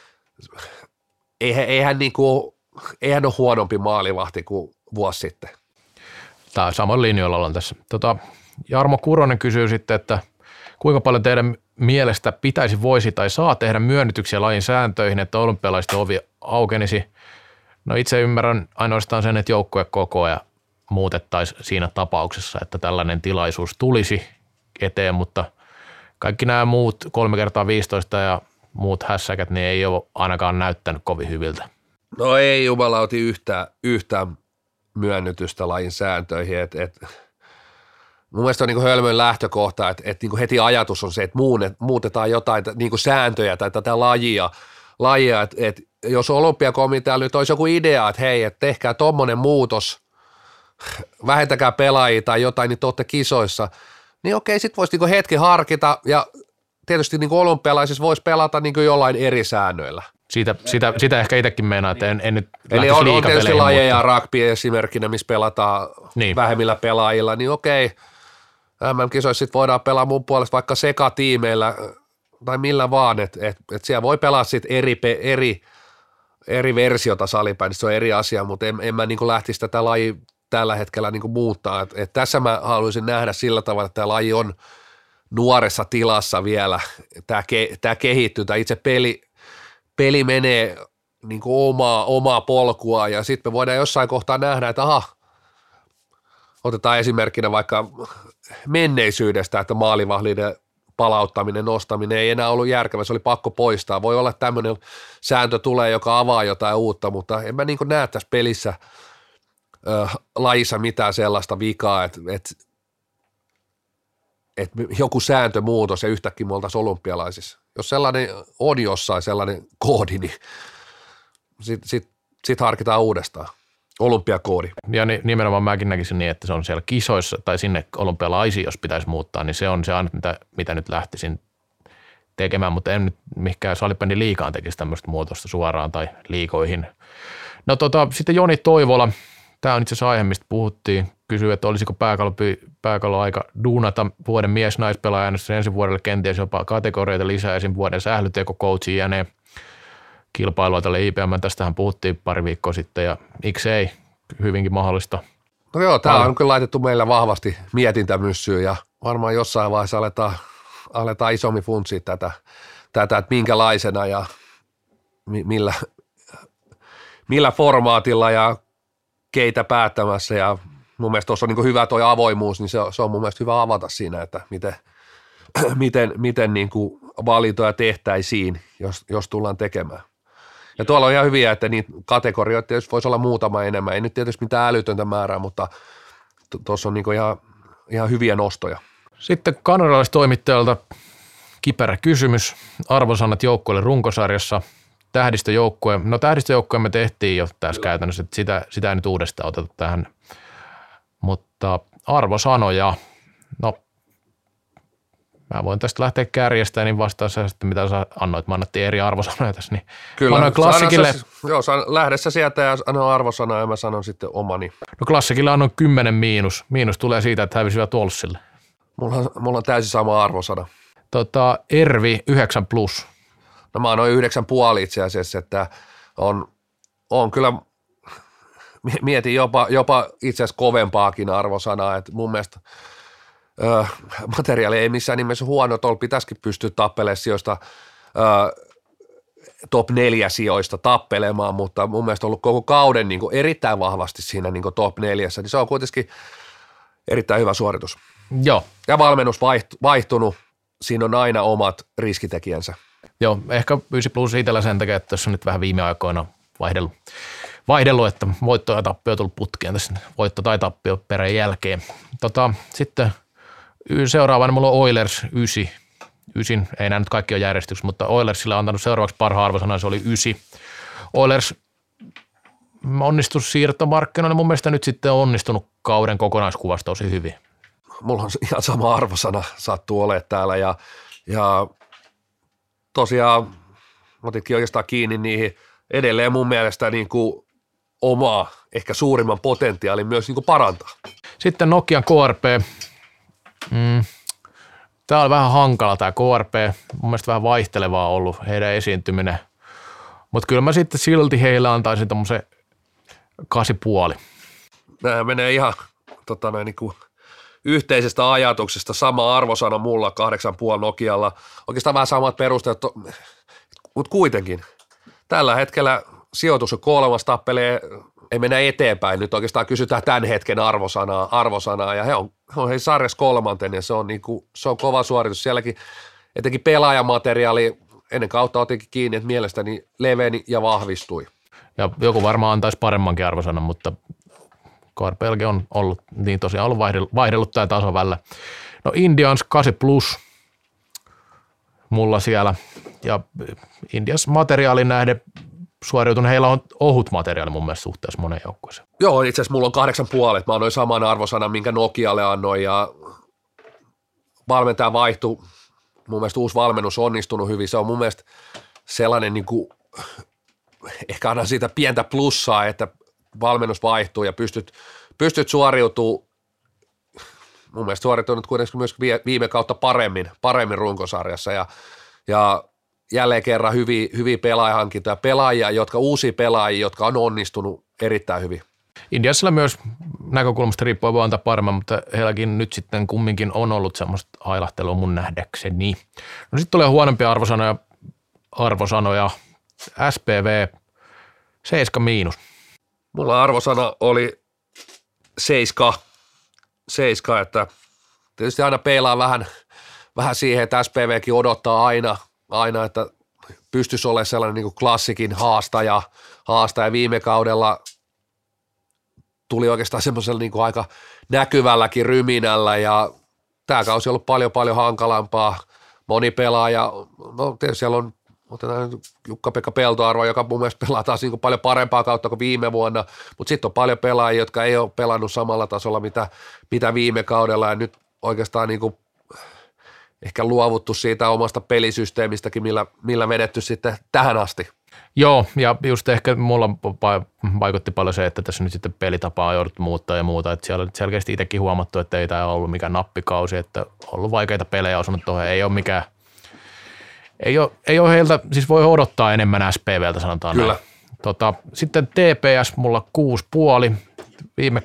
eihän, eihän, niin kuin, eihän ole huonompi maalivahti kuin vuosi sitten. Tämä samoin linjoilla ollaan tässä. Tota, Jarmo Kuronen kysyy sitten, että kuinka paljon teidän mielestä pitäisi, voisi tai saa tehdä myönnytyksiä lajin sääntöihin, että olympialaisten ovi aukenisi? No itse ymmärrän ainoastaan sen, että joukkuekokoja muutettaisiin siinä tapauksessa, että tällainen tilaisuus tulisi eteen, mutta kaikki nämä muut kolme kertaa viisitoista ja muut hässäkät, niin ei ole ainakaan näyttänyt kovin hyviltä. No ei jumalauti yhtään, yhtään myönnytystä lajin sääntöihin, että et, mun mielestä on niin kuin hölmön lähtökohta, että et, niin kuin heti ajatus on se, että muutetaan jotain niin kuin sääntöjä tai tätä lajia, lajia että et, jos olympiakomitealla nyt olisi joku idea, että hei, että tehkää tommonen muutos, vähentäkää pelaajia tai jotain, niin te olette kisoissa, niin okei, sit voisi niinku hetki harkita ja tietysti niinku olympialaisissa voisi pelata niinku jollain eri säännöillä. Siitä, sitä, sitä ehkä itsekin meinaa, että en, en nyt eli on, on tietysti lajeja, mutta rugby esimerkkinä, missä pelataan niin vähemmillä pelaajilla, niin okei, M M-kisoissa sit voidaan pelaa mun puolesta vaikka sekatiimeillä tai millä vaan, että et, et siellä voi pelaa sit eri, eri, eri versiota salibändistä, se on eri asia, mutta en, en mä niinku lähtisi tätä lajia tällä hetkellä niinku muuttaa. Et, et tässä mä haluaisin nähdä sillä tavalla, että tämä laji on nuoressa tilassa vielä, tämä ke, kehittyy, tämä itse peli, peli menee niinku omaa, omaa polkua ja sitten me voidaan jossain kohtaa nähdä, että aha, otetaan esimerkkinä vaikka menneisyydestä, että maalivahdiden palauttaminen, nostaminen ei enää ollut järkevä, se oli pakko poistaa. Voi olla, että tämmöinen sääntö tulee, joka avaa jotain uutta, mutta en mä niin kuin näe tässä pelissä äh, lajissa mitään sellaista vikaa, että, että, että joku sääntömuutos ja yhtäkkiä me oltaisiin olympialaisissa. Jos sellainen on jossain sellainen koodi, niin sitten sit, sit harkitaan uudestaan. Olympiakoodi. Ja nimenomaan mäkin näkisin niin, että se on siellä kisoissa tai sinne olympialaisiin, jos pitäisi muuttaa, niin se on se aina, mitä, mitä nyt lähtisin tekemään, mutta en nyt mihinkään salibändin liigaan tekisi tämmöistä muutosta suoraan tai liikoihin. No tota, sitten Joni Toivola, tämä on itse asiassa aihe, mistä puhuttiin, kysyy, että olisiko pääkallo aika duunata vuoden mies-naispelaajannossa ensi vuodelle kenties jopa kategorioita lisää, esim. Vuoden sählyteko-coachi ja ne kilpailua tälle I P M. Tästähän puhuttiin pari viikkoa sitten ja miksei, hyvinkin mahdollista. No joo, tämä on kyllä laitettu meillä vahvasti mietintämyssyyn ja varmaan jossain vaiheessa aletaan, aletaan isommin funtsia tätä, tätä, että minkälaisena ja millä, millä formaatilla ja keitä päättämässä ja mun mielestä tuossa on niin hyvä toi avoimuus, niin se on, se on mun mielestä hyvä avata siinä, että miten, miten, miten niin kuin valintoja tehtäisiin, jos, jos tullaan tekemään. Ja tuolla on ihan hyviä, että niitä kategorioita tietysti voisi olla muutama enemmän. Ei nyt tietysti mitään älytöntä määrää, mutta tuossa on niin ihan, ihan hyviä nostoja. Sitten kanadalaistoimittajalta kiperä kysymys. Arvosanat joukkueelle runkosarjassa. Tähdistöjoukkue. No tähdistöjoukkue me tehtiin jo tässä käytännössä, että sitä, sitä ei nyt uudestaan oteta tähän. Mutta arvosanoja. No mä voin tästä lähteä kärjestä, niin vastaan se sitten, mitä sä annoit. Mä annettiin eri arvosanoja tässä. Niin kyllä. Annoin Klassikille. Sä, joo, lähde sä sieltä ja annoin arvosanoja ja mä sanon sitten omani. No Klassikille annoin kymmenen miinus. Miinus tulee siitä, että hävisivät Olssille. Mulla on, mulla on täysin sama arvosana. Tota, Ervi yhdeksän plus. No mä annoin yhdeksän puoli itse asiassa, että on, on kyllä, mietin jopa, jopa itse asiassa kovempaakin arvosanaa, että mun mielestä ö, materiaali ei missään nimessä huono, tuolla pitäisikin pystyä tappelemaan sijoista, ö, top neljä sijoista tappelemaan, mutta mun mielestä on ollut koko kauden niin kuin erittäin vahvasti siinä niin kuin top neljässä, niin se on kuitenkin erittäin hyvä suoritus. Joo. Ja valmennus vaihtunut, siinä on aina omat riskitekijänsä. Joo, ehkä yhdeksän plus itsellä sen takia, että tässä on nyt vähän viime aikoina vaihdellut, vaihdellut että voitto ja tappio on tullut putkeen tässä, voitto tai tappio perän jälkeen. Tota, sitten seuraavana mulla on Oilers yhdeksän. Ysin, ei nämä nyt kaikki ole järjestyksessä, mutta Oilersille on antanut seuraavaksi parhaan arvosanan, se oli yhdeksän. Oilers onnistus siirtomarkkinoille, mun mielestä nyt sitten on onnistunut kauden kokonaiskuvasta tosi hyvin. Mulla on ihan sama arvosana sattuu olemaan täällä ja, ja tosiaan otitkin oikeastaan kiinni niihin edelleen mun mielestä niin kuin omaa ehkä suurimman potentiaalin myös niin kuin parantaa. Sitten Nokian K R P. Mm. Tämä on vähän hankala tämä K R P. Mun mielestä vähän vaihtelevaa ollut heidän esiintyminen. Mutta kyllä mä sitten silti heille antaisin tommosen kahdeksan puoli. Nämä menee ihan tota, näin, niin kuin yhteisestä ajatuksesta sama arvosana mulla kahdeksan puoli Nokialla. Oikeastaan vähän samat perusteet, mutta kuitenkin. Tällä hetkellä sijoitus on kolmas, tappelee, ei mennä eteenpäin. Nyt oikeastaan kysytään tämän hetken arvosanaa, arvosanaa ja he on, he on hei sarjassa kolmanten ja se on, niin kuin, se on kova suoritus. Sielläkin etenkin pelaajamateriaali ennen kautta otinkin kiinni, että mielestäni leveni ja vahvistui. Ja joku varmaan antaisi paremmankin arvosanan, mutta K R P on ollut, niin tosiaan ollut vaihdellut, vaihdellut tämä taso välillä. No Indians kahdeksan plus mulla siellä ja Indians materiaalin nähden suoriutunut, heillä on ohut materiaali mun mielestä suhteessa monen joukkueeseen. Joo, itse asiassa mulla on kahdeksan puolet. Mä annoin saman arvosanan, minkä Nokialle annoin ja valmentaja vaihtui. Mun mielestä uusi valmennus on onnistunut hyvin. Se on mun mielestä sellainen, niin kuin, ehkä annan siitä pientä plussaa, että valmennus vaihtuu ja pystyt, pystyt suoriutumaan. Mun mielestä suoriutunut kuitenkin myös viime kautta paremmin, paremmin runkosarjassa ja, ja jälleen kerran hyviä, hyviä pelaajahankintoja, pelaajia, jotka uusia pelaajia, jotka on onnistunut erittäin hyvin. Indiansilla myös näkökulmasta riippuen voi antaa paremmin, mutta heilläkin nyt sitten kumminkin on ollut semmoista hailahtelua mun nähdäkseni. No sitten tulee huonompia arvosanoja, arvosanoja. S P V seitsemän miinus. Mulla arvosana oli seitsemän, seitsemän, että tietysti aina peilaa vähän, vähän siihen, että S P V:kin odottaa aina, aina että pystyisi olemaan sellainen niin kuin klassikin haastaja, haastaja viime kaudella tuli oikeastaan semmoisella niin kuin aika näkyvälläkin ryminällä ja tämä kausi on ollut paljon paljon hankalampaa. Moni pelaaja, no tietysti siellä on otetaan nyt Jukka-Pekka Peltoarvo, joka mun mielestä pelaa taas niin paljon parempaa kautta kuin viime vuonna, mutta sitten on paljon pelaajia, jotka ei ole pelannut samalla tasolla, mitä, mitä viime kaudella, ja nyt oikeastaan niin kuin ehkä luovuttu siitä omasta pelisysteemistäkin, millä, millä vedetty sitten tähän asti. Joo, ja just ehkä mulla vaikutti paljon se, että tässä nyt sitten pelitapaa on jouduttu muuttaa ja muuta, että siellä on selkeästi itsekin huomattu, että ei tämä ollut mikään nappikausi, että on ollut vaikeita pelejä osunut tuohon, ei ole mikään, ei ole, ei ole heiltä, siis voi odottaa enemmän S P V:ltä sanotaan. Kyllä. Näin. Tota, sitten T P S mulla kuusi puoli, viime,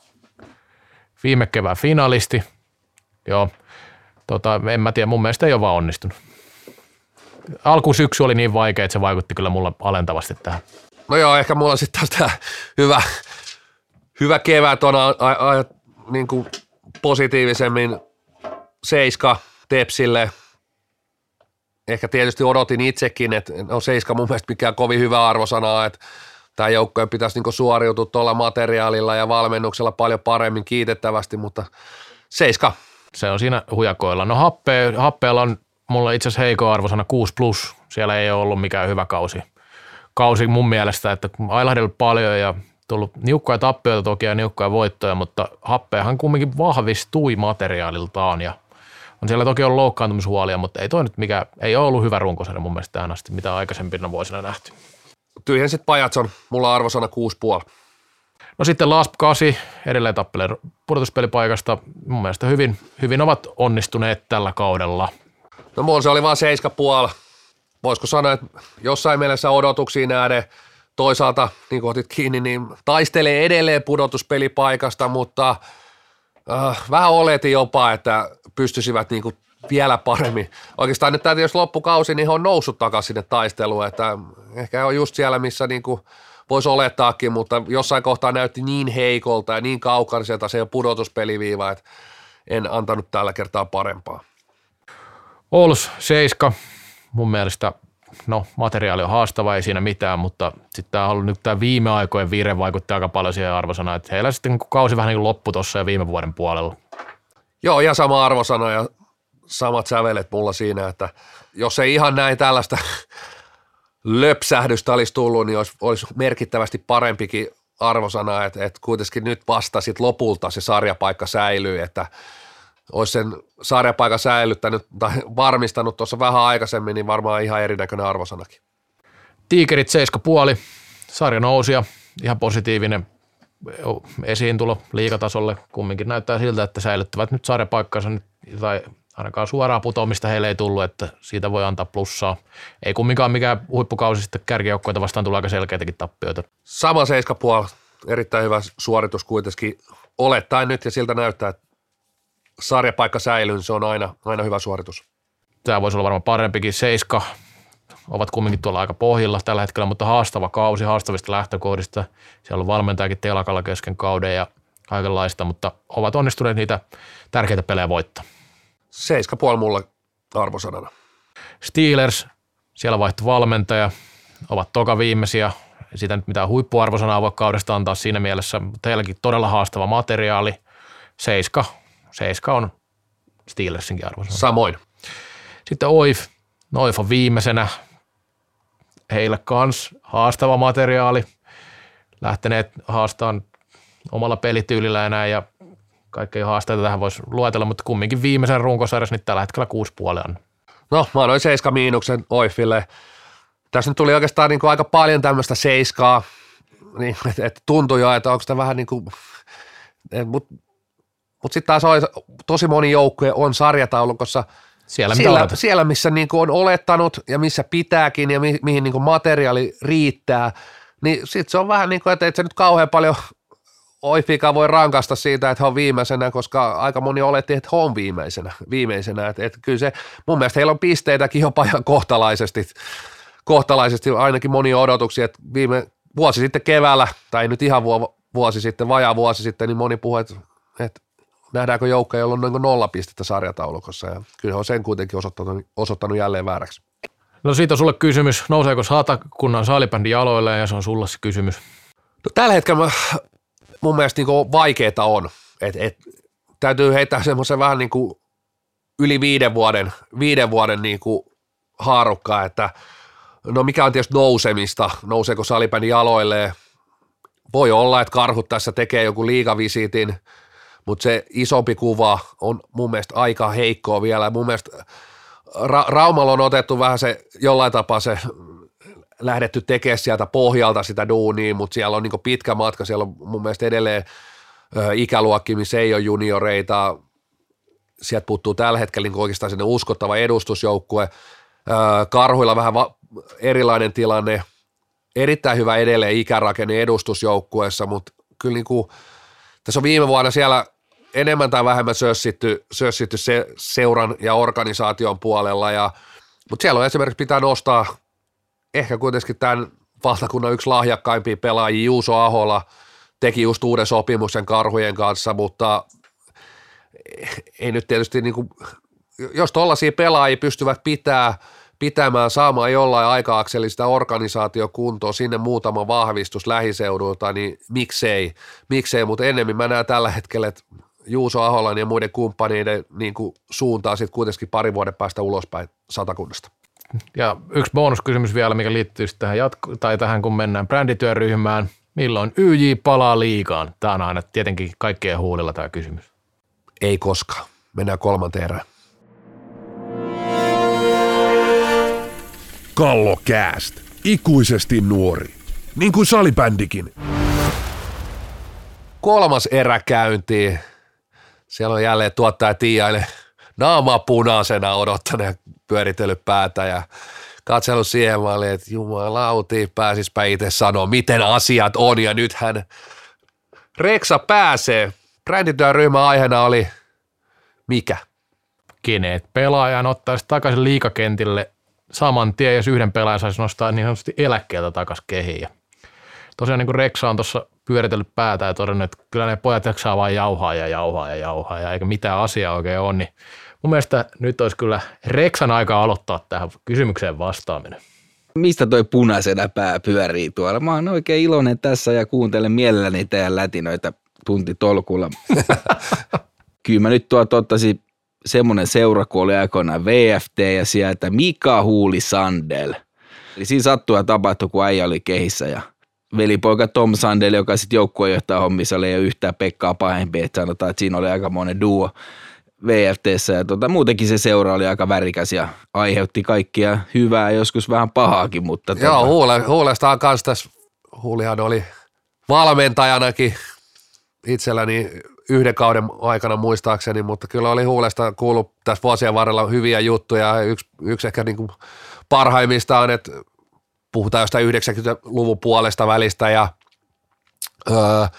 viime kevään finalisti, joo, tota, en mä tiedä, mun mielestä ei ole vaan onnistunut. Alkusyksy oli niin vaikea, että se vaikutti kyllä mulla alentavasti tähän. No joo, ehkä mulla on sitten taas tämä hyvä, hyvä kevät on a, a, a, niin kuin positiivisemmin seiska Tepsille. Ehkä tietysti odotin itsekin, että no seiska mun mielestä mikään kovin hyvä arvosana, että tämä joukkojen pitäisi niin kuin suoriutua tuolla materiaalilla ja valmennuksella paljon paremmin kiitettävästi, mutta seiska. Se on siinä hujakoilla. No happe, happeella on mulla itse asiassa heiko arvosana kuusi plus. Siellä ei ole ollut mikään hyvä kausi. Kausi mun mielestä, että ailahdellut paljon ja tullut niukkoja tappioita toki ja niukkoja voittoja, mutta happeahan kumminkin vahvistui materiaaliltaan ja on siellä toki ollut loukkaantumishuolia, mutta ei toi nyt mikä, ei ole ollut hyvä runkosarja mun mielestä tähän asti, mitä aikaisempina vuosina nähty. Tyhjensit Pajatson, mulla on arvosana kuusi puoli. No sitten Lasp kahdeksan, edelleen tappelee pudotuspelipaikasta. Mun mielestä hyvin, hyvin ovat onnistuneet tällä kaudella. No mulla se oli vaan seiska puoli. Voisiko sanoa, että jossain mielessä odotuksiin nähden toisaalta, niin kuin otit kiinni, niin taistelee edelleen pudotuspelipaikasta, mutta äh, vähän oletin jopa, että pystyisivät niin kuin vielä paremmin. Oikeastaan nyt täytyy, jos loppukausi, niin he on noussut takaisin sinne taisteluun, että ehkä on just siellä, missä niin kuin voisi olettaakin, mutta jossain kohtaa näytti niin heikolta ja niin kaukaiselta se pudotuspeliviiva, että en antanut tällä kertaa parempaa. Oulus seiska, mun mielestä no materiaali on haastava, ei siinä mitään, mutta sitten tämä on ollut nyt tämä viime aikojen viire vaikuttaa aika paljon siihen arvosanaan, että heillä sitten kausi vähän niin kuin loppui tuossa ja viime vuoden puolella. Joo, ja sama arvosana ja samat sävelet mulla siinä, että jos ei ihan näin tällaista löpsähdystä olisi tullut, niin olisi, olisi merkittävästi parempikin arvosana, että, että kuitenkin nyt vasta sit lopulta se sarjapaikka säilyy, että olisi sen sarjapaikan säilyttänyt tai varmistanut tuossa vähän aikaisemmin, niin varmaan ihan erinäköinen arvosanakin. Tiikerit seiska puoli, sarja nousia, ihan positiivinen esiintulo liigatasolle. Kumminkin näyttää siltä, että säilyttävät nyt sarjapaikkansa nyt, tai ainakaan suoraa putoamista heille ei tullut, että siitä voi antaa plussaa. Ei kumminkaan mikään huippukausi sitten kärkijoukkoita vastaan tullut aika selkeitäkin tappioita. Sama seiska puoli, erittäin hyvä suoritus kuitenkin olettaen nyt ja siltä näyttää, että sarjapaikka säilyy, niin se on aina, aina hyvä suoritus. Tämä voisi olla varmaan parempikin. Seiska ovat kumminkin tuolla aika pohjilla tällä hetkellä, mutta haastava kausi, haastavista lähtökohdista. Siellä on valmentajakin telakalla kesken kauden ja kaikenlaista, mutta ovat onnistuneet niitä tärkeitä pelejä voittaa. Seiska puoli mulla arvosanana. Steelers, siellä vaihtui valmentaja, ovat toka viimeisiä. Sitä nyt mitään huippuarvosanaa voi kaudesta antaa siinä mielessä, mutta heilläkin todella haastava materiaali. Seiska. Seiska on Steelersinkin arvosana. Samoin. Sitten O I F. No O I F on viimeisenä. Heillä kans haastava materiaali. Lähteneet haastamaan omalla pelityylillä enää ja kaikkea haasteita tähän voisi luetella, mutta kumminkin viimeisen runkosarjassa nyt tällä hetkellä kuusi puoleen. No mä annoin seiska miinuksen O I Fille. Tässä nyt tuli oikeastaan niin kuin aika paljon tämmöistä seiskaa, niin, että et tuntui jo, että onko tämä vähän niin kuin, mutta Mutta sitten taas on, tosi moni joukkue on sarjataulukossa siellä, siellä, siellä missä niinku on olettanut ja missä pitääkin ja mi, mihin niinku materiaali riittää, niin sitten se on vähän niin kuin, että et se nyt kauhean paljon O I F:ikaan voi rankasta siitä, että he on viimeisenä, koska aika moni oletti, että he on viimeisenä. viimeisenä. Et, et kyllä se, mun mielestä heillä on pisteitäkin jopa ihan kohtalaisesti, kohtalaisesti ainakin monia odotuksia, että viime vuosi sitten keväällä, tai nyt ihan vuosi sitten, vajaa vuosi sitten, niin moni puhui, että, että nähdäänkö joukkoja, jolla on noin nolla pistettä sarjataulukossa, ja kyllä he on sen kuitenkin osoittanut, osoittanut jälleen vääräksi. No siitä on sulle kysymys, nouseeko Satakunnan saalibändi jaloille, ja se on sulle se kysymys. No, tällä hetkellä mun mielestä niin vaikeeta on, että et, täytyy heittää semmoisen vähän niin kuin yli viiden vuoden, viiden vuoden niin kuin haarukkaa, että no mikä on tietysti nousemista, nouseeko salibändi jaloilleen. Voi olla, että Karhut tässä tekee joku liigavisiitin, mutta se isompi kuva on mun mielestä aika heikkoa vielä. Mun mielestä Ra- Raumalla on otettu vähän se jollain tapaa se lähdetty tekemään sieltä pohjalta sitä duunia, mutta siellä on niin pitkä matka, siellä on mun mielestä edelleen ö, ikäluokki, missä ei ole junioreita, sieltä puuttuu tällä hetkellä niin oikeastaan sinne uskottava edustusjoukkue, ö, Karhuilla vähän va- erilainen tilanne, erittäin hyvä edelleen ikärakenne edustusjoukkueessa, mutta kyllä niin kuin, tässä on viime vuonna siellä enemmän tai vähemmän sössitty, sössitty se, seuran ja organisaation puolella, ja, mutta siellä on esimerkiksi pitää nostaa ehkä kuitenkin tämän valtakunnan yksi lahjakkaimpia pelaajia Juuso Ahola teki just uuden sopimuksen Karhujen kanssa, mutta ei nyt tietysti, niin kuin, jos tollaisia pelaajia pystyvät pitää, pitämään, saamaan jollain aika-akselista organisaatiokuntoa, sinne muutama vahvistus lähiseudulta, niin miksei, miksei, mutta ennemmin mä näen tällä hetkellä, että Juuso Aholan ja muiden kumppaneiden niin kuin suuntaa sitten kuitenkin parin vuoden päästä ulospäin Satakunnasta. Ja yksi bonuskysymys vielä, mikä liittyy tähän, jatko- tai tähän kun mennään brändityöryhmään. Milloin Y J palaa liigaan? Tämä on aina tietenkin kaikkien huulilla tämä kysymys. Ei koskaan. Mennään kolmanteen erään. Kallokääst. Ikuisesti nuori. Niin kuin salibändikin. Kolmas erä käyntiin. Siellä on jälleen tuottaja Tiiaille naama punaisena odottanut pyöritellyt päätä ja katsellut siihen malliin, että jumalauti, pääsispä itse sanoa, miten asiat on, ja nythän Reksa pääsee. Brändityöryhmän aiheena oli mikä? Kenet pelaajan ottaisi takaisin liigakentille saman tien, jos yhden pelaajan saisi nostaa niin sanotusti eläkkeeltä takaisin kehiin. Ja tosiaan niin kuin Reksa on tuossa pyöritellyt päätä ja todennut, että kyllä ne pojat jaksaa vaan jauhaa ja jauhaa ja jauhaa ja eikä mitään asiaa oikein ole, niin mun mielestä nyt olisi kyllä Reksan aika aloittaa tähän kysymykseen vastaaminen. Mistä toi punaisena pää pyörii tuolla? Mä oon oikein iloinen tässä ja kuuntelen mielelläni teidän lätinöitä tuntitolkulla. Kyllä mä nyt tuolta ottaisin semmoinen seura, kun oli aikoinaan V F T ja sieltä Mika Huuli Sandel. Eli siinä sattui ja tapahtui, kun äijä oli kehissä ja velipoika Tom Sandel, joka sitten joukkueenjohtaja hommissa oli jo yhtään Pekkaa pahempi, että sanotaan, että siinä oli aika monen duo V F T:ssä ja tota, muutenkin se seura oli aika värikäs ja aiheutti kaikkia hyvää ja joskus vähän pahaakin, mutta Joo, tota, Huule, Huulestaan kanssa tässä, Huulihan oli valmentajanakin itselläni yhden kauden aikana muistaakseni, mutta kyllä oli Huulesta kuullut tässä vuosien varrella hyviä juttuja. Yksi, yksi ehkä niin kuin parhaimmista on, että puhutaan jostain yhdeksänkymmentäluvun puolesta välistä ja öö,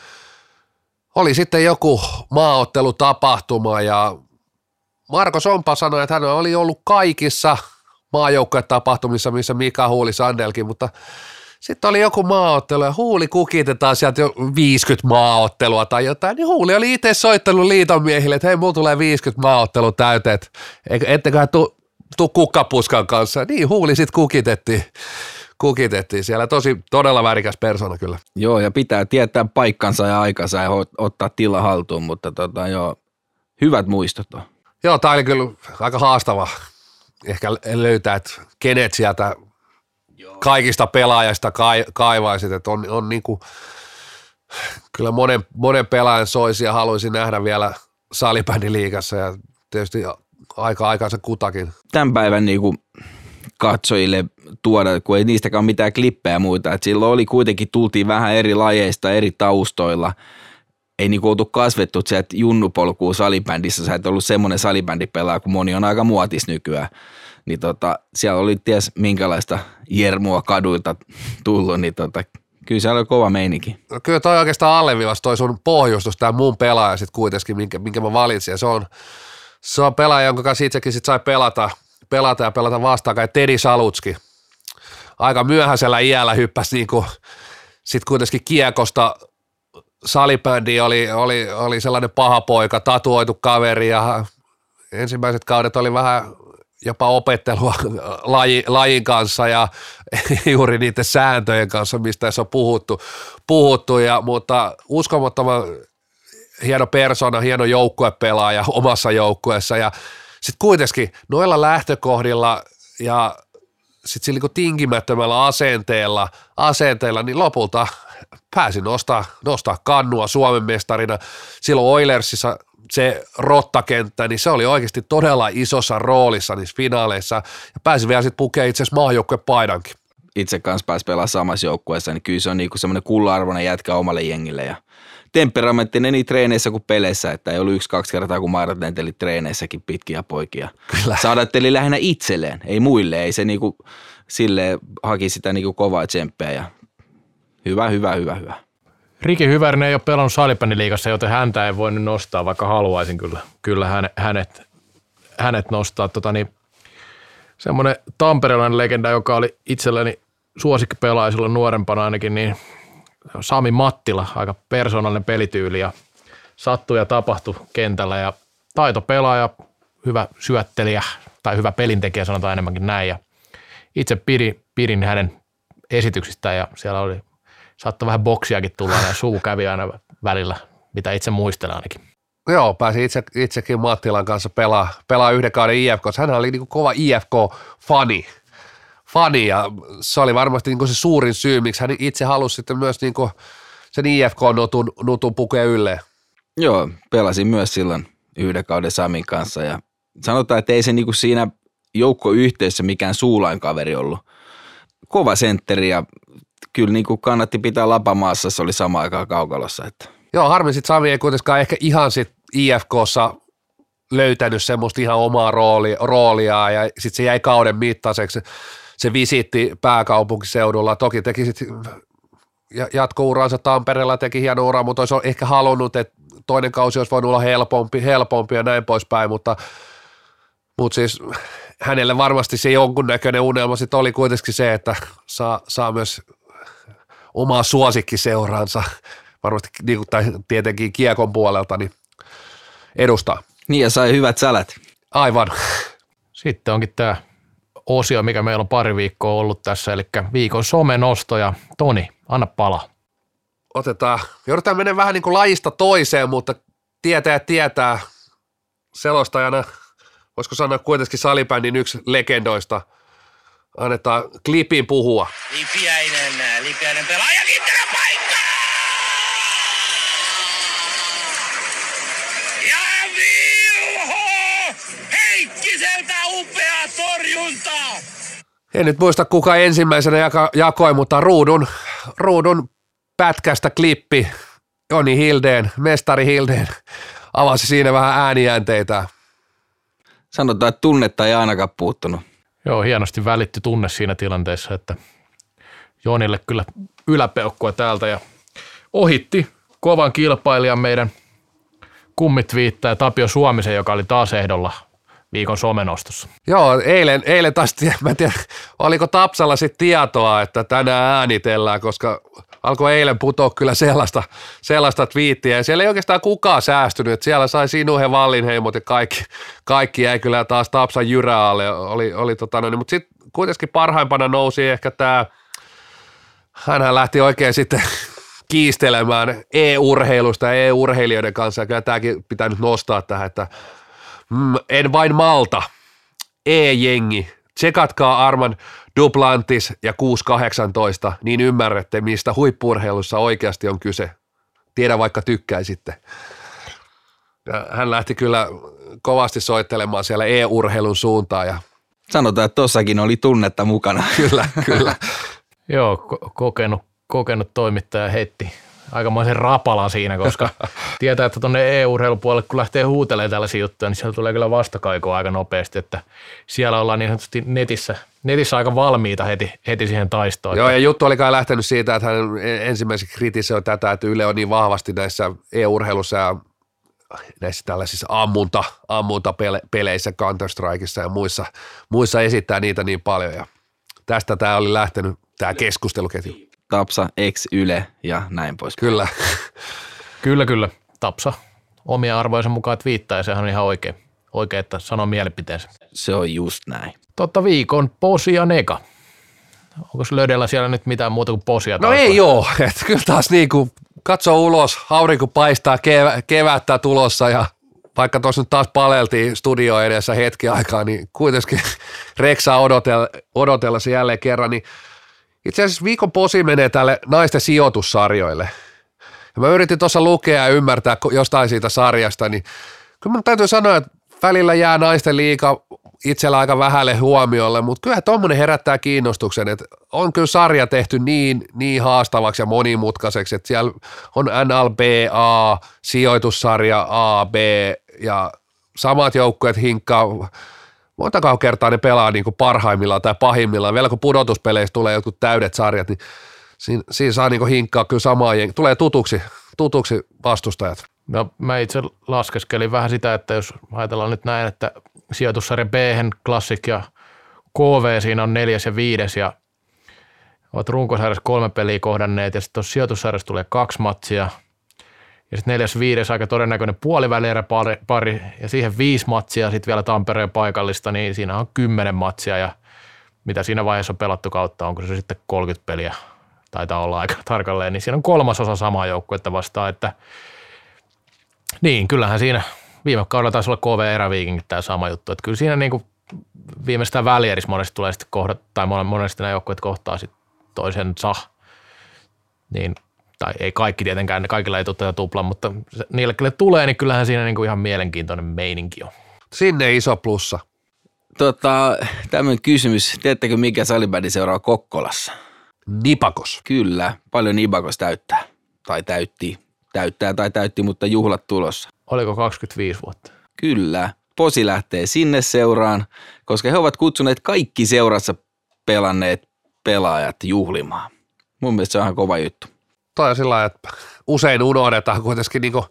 oli sitten joku maaottelutapahtuma ja Marko Sompa sanoi, että hän oli ollut kaikissa maajoukkuetapahtumissa, missä Mika Huuli Sandelkin, mutta sitten oli joku maaottelu ja Huuli kukitetaan sieltä jo viisikymmentä maaottelua tai jotain, niin Huuli oli itse soittanut liiton miehille, että hei, mulla tulee viisikymmentä maaottelua täyteen, etteköhän tuu, tuu kukkapuskan kanssa. Niin Huuli sitten kukitettiin, kukitettiin siellä. Tosi todella värikäs persona kyllä. joo, ja pitää tietää paikkansa ja aikansa ja ottaa tila haltuun, mutta tota, joo, hyvät muistot on. Joo, tämä oli kyllä aika haastava ehkä löytää, että kenet sieltä kaikista pelaajista kaivaisit, että on, on niin kuin, kyllä monen, monen pelaajan soisi ja haluaisin nähdä vielä salibändiliigassa ja tietysti aika aikansa kutakin. Tämän päivän niin kuin katsojille tuoda, kun ei niistäkään ole mitään klippejä ja muita, että silloin oli kuitenkin, tultiin vähän eri lajeista, eri taustoilla, ei niin kuin oltu kasvettu sieltä junnupolkuun salibändissä, sä et ollut semmoinen salibändipelaaja, kun moni on aika muotis nykyään. Niin tota, siellä oli ties minkälaista jermua kaduilta tullut, niin tota, kyllä siellä oli kova meininki. No kyllä toi oikeastaan alleviivasi toi sun pohjustus, tämä mun pelaaja sitten kuitenkin, minkä, minkä mä valitsin. Ja se on, se on pelaaja, jonka kanssa itsekin sit sai pelata, pelata ja pelata vastaan, Tedi Salutski. Aika myöhäisellä iällä hyppäsi niinku, sitten kuitenkin kiekosta salibändiin, oli, oli, oli sellainen paha poika, tatuoitu kaveri ja ensimmäiset kaudet oli vähän jopa opettelua laji, lajin kanssa ja juuri niiden sääntöjen kanssa, mistä tässä on puhuttu, puhuttu ja, mutta uskomattoman hieno persona, hieno joukkuepelaaja omassa joukkueessa ja sitten kuitenkin noilla lähtökohdilla ja sit sillä niin tinkimättömällä asenteella, asenteella, niin lopulta pääsi nostaa, nostaa kannua Suomen mestarina. Silloin Oilersissa se rottakenttä, niin se oli oikeasti todella isossa roolissa niissä finaaleissa ja pääsi vielä sitten pukemaan itse asiassa maajoukkueen paidankin. Itse kanssa pääsi pelaamaan samassa joukkueessa, niin kyllä se on niinku semmoinen kullanarvoinen jätkä omalle jengille ja temperamenttinen niin treeneissä kuin peleissä, että ei ollut yksi-kaksi kertaa, kun Maarat lenteli treeneissäkin pitkiä poikia. Kyllä. Saadatteli lähinnä itselleen, ei muille, ei se niinku silleen haki sitä niinku kovaa tsemppeä ja hyvä, hyvä, hyvä, hyvä. Riki Hyvärinen ei ole pelannut salibändiliigassa, joten häntä ei voi nyt nostaa, vaikka haluaisin kyllä, kyllä hänet, hänet nostaa. Tota niin, semmoinen tamperelainen legenda, joka oli itselleni suosikkipelaaja silloin nuorempana ainakin, niin Sami Mattila, aika persoonallinen pelityyli ja sattui ja tapahtui kentällä ja taitopelaaja, hyvä syöttelijä tai hyvä pelintekijä sanotaan enemmänkin näin ja itse pidin, pidin hänen esityksistään ja siellä oli, saattoi vähän boksiakin tulla ja suu kävi aina välillä, mitä itse muistelen ainakin. Joo, pääsi itse, itsekin Mattilan kanssa pelaa, pelaa yhden kauden I F K:ssa. Hän oli niin kuin kova I F K-fani. Fani, ja se oli varmasti niin kuin se suurin syy, miksi hän itse halusi sitten myös niin kuin sen I F K-nutun nutun pukea ylleen. Joo, pelasin myös silloin yhden kauden Samin kanssa ja sanotaan, että ei se niin kuin siinä joukkoyhteisössä mikään suulainkaveri ollut. Kova sentteri ja kyllä niin kuin kannatti pitää lapamaassa, se oli sama aikaa kaukalossa. Että. Joo, harmi sitten Sami ei kuitenkaan ehkä ihan sit I F K:ssa löytänyt semmoista ihan omaa rooli, roolia ja sitten se jäi kauden mittaiseksi. Se visiitti pääkaupunkiseudulla, toki teki sitten jatko-uransa Tampereella, teki hieno ura, mutta olisi ehkä halunnut, että toinen kausi olisi voinut olla helpompi, helpompi ja näin poispäin, mutta, mutta siis hänelle varmasti se jonkunnäköinen unelma sitten oli kuitenkin se, että saa, saa myös omaa suosikkiseuransa, varmasti niin tai tietenkin kiekon puolelta, niin edustaa. Niin ja sai hyvät sälät. Aivan. Sitten onkin tämä osio, mikä meillä on pari viikkoa ollut tässä, eli viikon somenosto ja Toni, anna palaa. Otetaan, joudutaan menemään vähän niin kuin lajista toiseen, mutta tietää tietää selostajana, voisiko sanoa kuitenkin salibändin yksi legendoista, annetaan klipin puhua. Lipiäinen, Lipiäinen pelaaja, Lipiäinen paikka! Ja Vilho! Heikkiseltä upea torjunta! En nyt muista kuka ensimmäisenä jaka, jakoi, mutta ruudun, ruudun pätkästä klippi Joni Hildeen, mestari Hildeen, avasi siinä vähän ääniäänteitä. Sanotaan, että tunnetta ei ainakaan puuttunut. Joo, hienosti välitty tunne siinä tilanteessa, että Jonille kyllä yläpeukkua täältä ja ohitti kovan kilpailijan meidän kummitviittäjä Tapio Suomisen, joka oli taas ehdolla viikon somenostossa. Joo, eilen, eilen taas, mä en tiedä, oliko Tapsalla sitten tietoa, että tänään äänitellään, koska alkoi eilen putoa kyllä sellaista, sellaista twiittiä, ja siellä ei oikeastaan kukaan säästynyt, että siellä sai Sinuhe Wallinheimot ja kaikki, kaikki jäi kyllä taas Tapsan jyräälle, oli, oli tota noin, mutta sitten kuitenkin parhaimpana nousi ehkä tämä, hänhän lähti oikein sitten kiistelemään e-urheilusta ja e-urheilijoiden kanssa, ja kyllä tämäkin pitää nyt nostaa tähän, että mm, en vain malta, e-jengi, tsekatkaa Arman Duplantis ja kuusi kahdeksantoista, niin ymmärrätte, mistä huippu-urheilussa oikeasti on kyse. Tiedä vaikka tykkäisitte. Ja hän lähti kyllä kovasti soittelemaan siellä e-urheilun suuntaan. Ja sanotaan, että tossakin oli tunnetta mukana. Kyllä, kyllä. Joo, ko- kokenut, kokenut toimittaja heitti aikamoisen rapalan siinä, koska tietää, että tuonne e-urheilupuolelle, kun lähtee huutelemaan tällaisia juttuja, niin siellä tulee kyllä vastakaikoa aika nopeasti, että siellä ollaan niin sanotusti netissä, netissä aika valmiita heti, heti siihen taistoon. Joo, ja juttu oli kai lähtenyt siitä, että hän ensimmäiseksi kritisoi tätä, että Yle on niin vahvasti näissä e-urheilussa ja näissä tällaisissa ammunta, ammuntapeleissä, Counter-Strikeissa ja muissa, muissa esittää niitä niin paljon, ja tästä tämä oli lähtenyt, tämä keskusteluketju. Tapsa, ex Yle ja näin pois. Kyllä. Kyllä, kyllä. Tapsa omia arvojensa mukaan twiittaa ja sehän on ihan oikein, oikein, että sanoo mielipiteensä. Se on just näin. Totta viikon posi ja nega. Onko löydellä siellä nyt mitään muuta kuin posia? No ei oo. Että kyllä taas niin kuin katso ulos, aurinko paistaa, kevä, kevättä tulossa ja vaikka tuossa nyt taas paleltiin studio edessä hetki aikaa, niin kuitenkin Reksaa odotella, odotella se jälleen kerran, niin itse asiassa viikon posi menee tälle naisten sijoitussarjoille. Ja mä yritin tuossa lukea ja ymmärtää jostain siitä sarjasta, niin kyllä mun täytyy sanoa, että välillä jää naisten liiga itsellä aika vähälle huomiolle, mutta kyllä tuommoinen herättää kiinnostuksen, että on kyllä sarja tehty niin, niin haastavaksi ja monimutkaiseksi, että siellä on N L B A, sijoitussarja A, B ja samat joukkueet hinkkaa, montako kertaa ne pelaa niin kuin parhaimmillaan tai pahimmillaan, vielä kun pudotuspeleissä tulee jotkut täydet sarjat, niin siinä, siinä saa niin kuin hinkkaa kyllä samaa jengiä, tulee tutuksi, tutuksi vastustajat. No mä itse laskeskelin vähän sitä, että jos ajatellaan nyt näin, että sijoitussarja B-hen Classic ja K V siinä on neljäs ja viides ja ovat runkosarjassa kolme peliä kohdanneet ja sitten tuossa sijoitussarjassa tulee kaksi matsia ja sitten neljäs viides aika todennäköinen puolivälierä pari, pari ja siihen viisi matsia sitten vielä Tampereen paikallista, niin siinä on kymmenen matsia ja mitä siinä vaiheessa on pelattu kautta, onko se sitten kolmekymmentä peliä, taitaa olla aika tarkalleen, niin siinä on kolmasosa samaa joukkuetta vastaan, että niin, kyllähän siinä viime kaudella taisi olla K V-eräviikingit tämä sama juttu, että kyllä siinä niin kuin viimeistään välierissä monesti tulee sitten kohdat, tai monesti nämä joukkueet kohtaa sitten toisensa, niin, tai ei kaikki tietenkään, kaikilla ei tule tätä tupla, mutta niille, kelle tulee, niin kyllähän siinä niin kuin ihan mielenkiintoinen meininki on. Sinne iso plussa. Tota, tämmöinen kysymys, tiedättekö mikä salibändi seuraa Kokkolassa? Nipakos. Kyllä, paljon Nipakos täyttää, tai täytti, täyttää tai täytti, mutta juhlat tulossa. Oliko kaksikymmentäviisi vuotta? Kyllä, posi lähtee sinne seuraan, koska he ovat kutsuneet kaikki seurassa pelanneet pelaajat juhlimaan. Mun mielestä se on ihan kova juttu. Toi on sillä lailla, että usein unohdetaan kuitenkin niin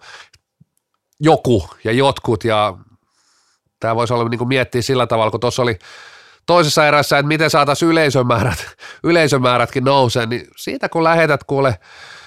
joku ja jotkut ja tämä voisi olla niin miettiä sillä tavalla, kun tuossa oli toisessa erässä, että miten saataisiin yleisömäärät, yleisömäärätkin nousee, niin siitä kun lähetät kuule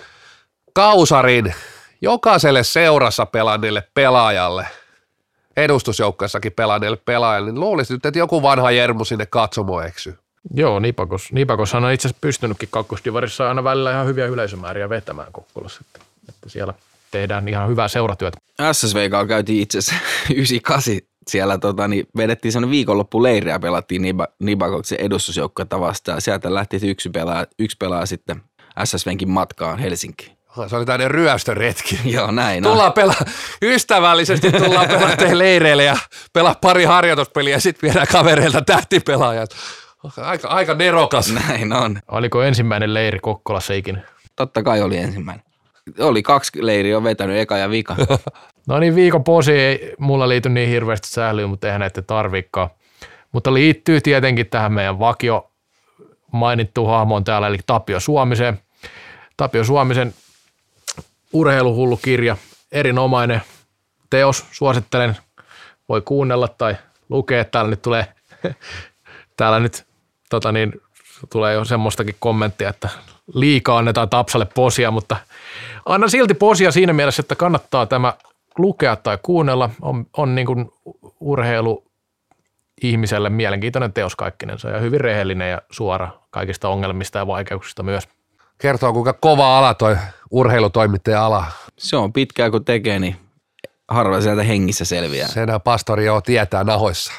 kausarin jokaiselle seurassa pelanneelle pelaajalle, edustusjoukkueessakin pelanneelle pelaajalle, niin luulisin nyt, että joku vanha Jermu sinne katsomo eksyy. Joo, Nipakos. Nipakoshan on itse asiassa pystynytkin kakkosdivarissa aina välillä ihan hyviä yleisömääriä vetämään Kokkolassa, että, että siellä tehdään ihan hyvää seuratyötä. S S V K käytiin itse asiassa yhdeksänkymmentäkahdeksan siellä tota, niin vedettiin sellainen viikonloppuleiri ja pelattiin Nipakoksen edustusjoukkuetta vastaan. Sieltä lähti yksi pelaa, yksi pelaa sitten S S V:nkin matkaan Helsinkiin. Se oli tämmöinen ryöstöretki. Joo, näin. Tullaan pelaa, ystävällisesti tullaan pelaa teille leireille ja pelaa pari harjoituspeliä ja sitten viedään kavereilta tähtipelaajat. Aika, aika nerokas. Näin on. Oliko ensimmäinen leiri Kokkolassa ikinä? Totta kai oli ensimmäinen. Oli kaksi leiriä on vetänyt, eka ja vika. No niin, viikon posi ei mulla liity niin hirveästi sählyyn, mutta eihän näitä tarvikaan. Mutta liittyy tietenkin tähän meidän vakio mainittuun hahmoon täällä, eli Tapio Suomisen. Tapio Suomisen urheiluhullu kirja, erinomainen teos, suosittelen, voi kuunnella tai lukea. Täällä nyt tulee, täällä nyt tota niin, tulee jo semmoistakin kommenttia, että liikaa annetaan Tapsalle posia, mutta annan silti posia siinä mielessä, että kannattaa tämä lukea tai kuunnella. On, on niin kuin urheilu ihmiselle mielenkiintoinen teos kaikkinensa ja hyvin rehellinen ja suora kaikista ongelmista ja vaikeuksista myös. Kertoo, kuinka kova ala toi urheilutoimittaja ala. Se on pitkää kun tekee, niin harva sieltä hengissä selviää. Senhän pastori jo tietää nahoissa.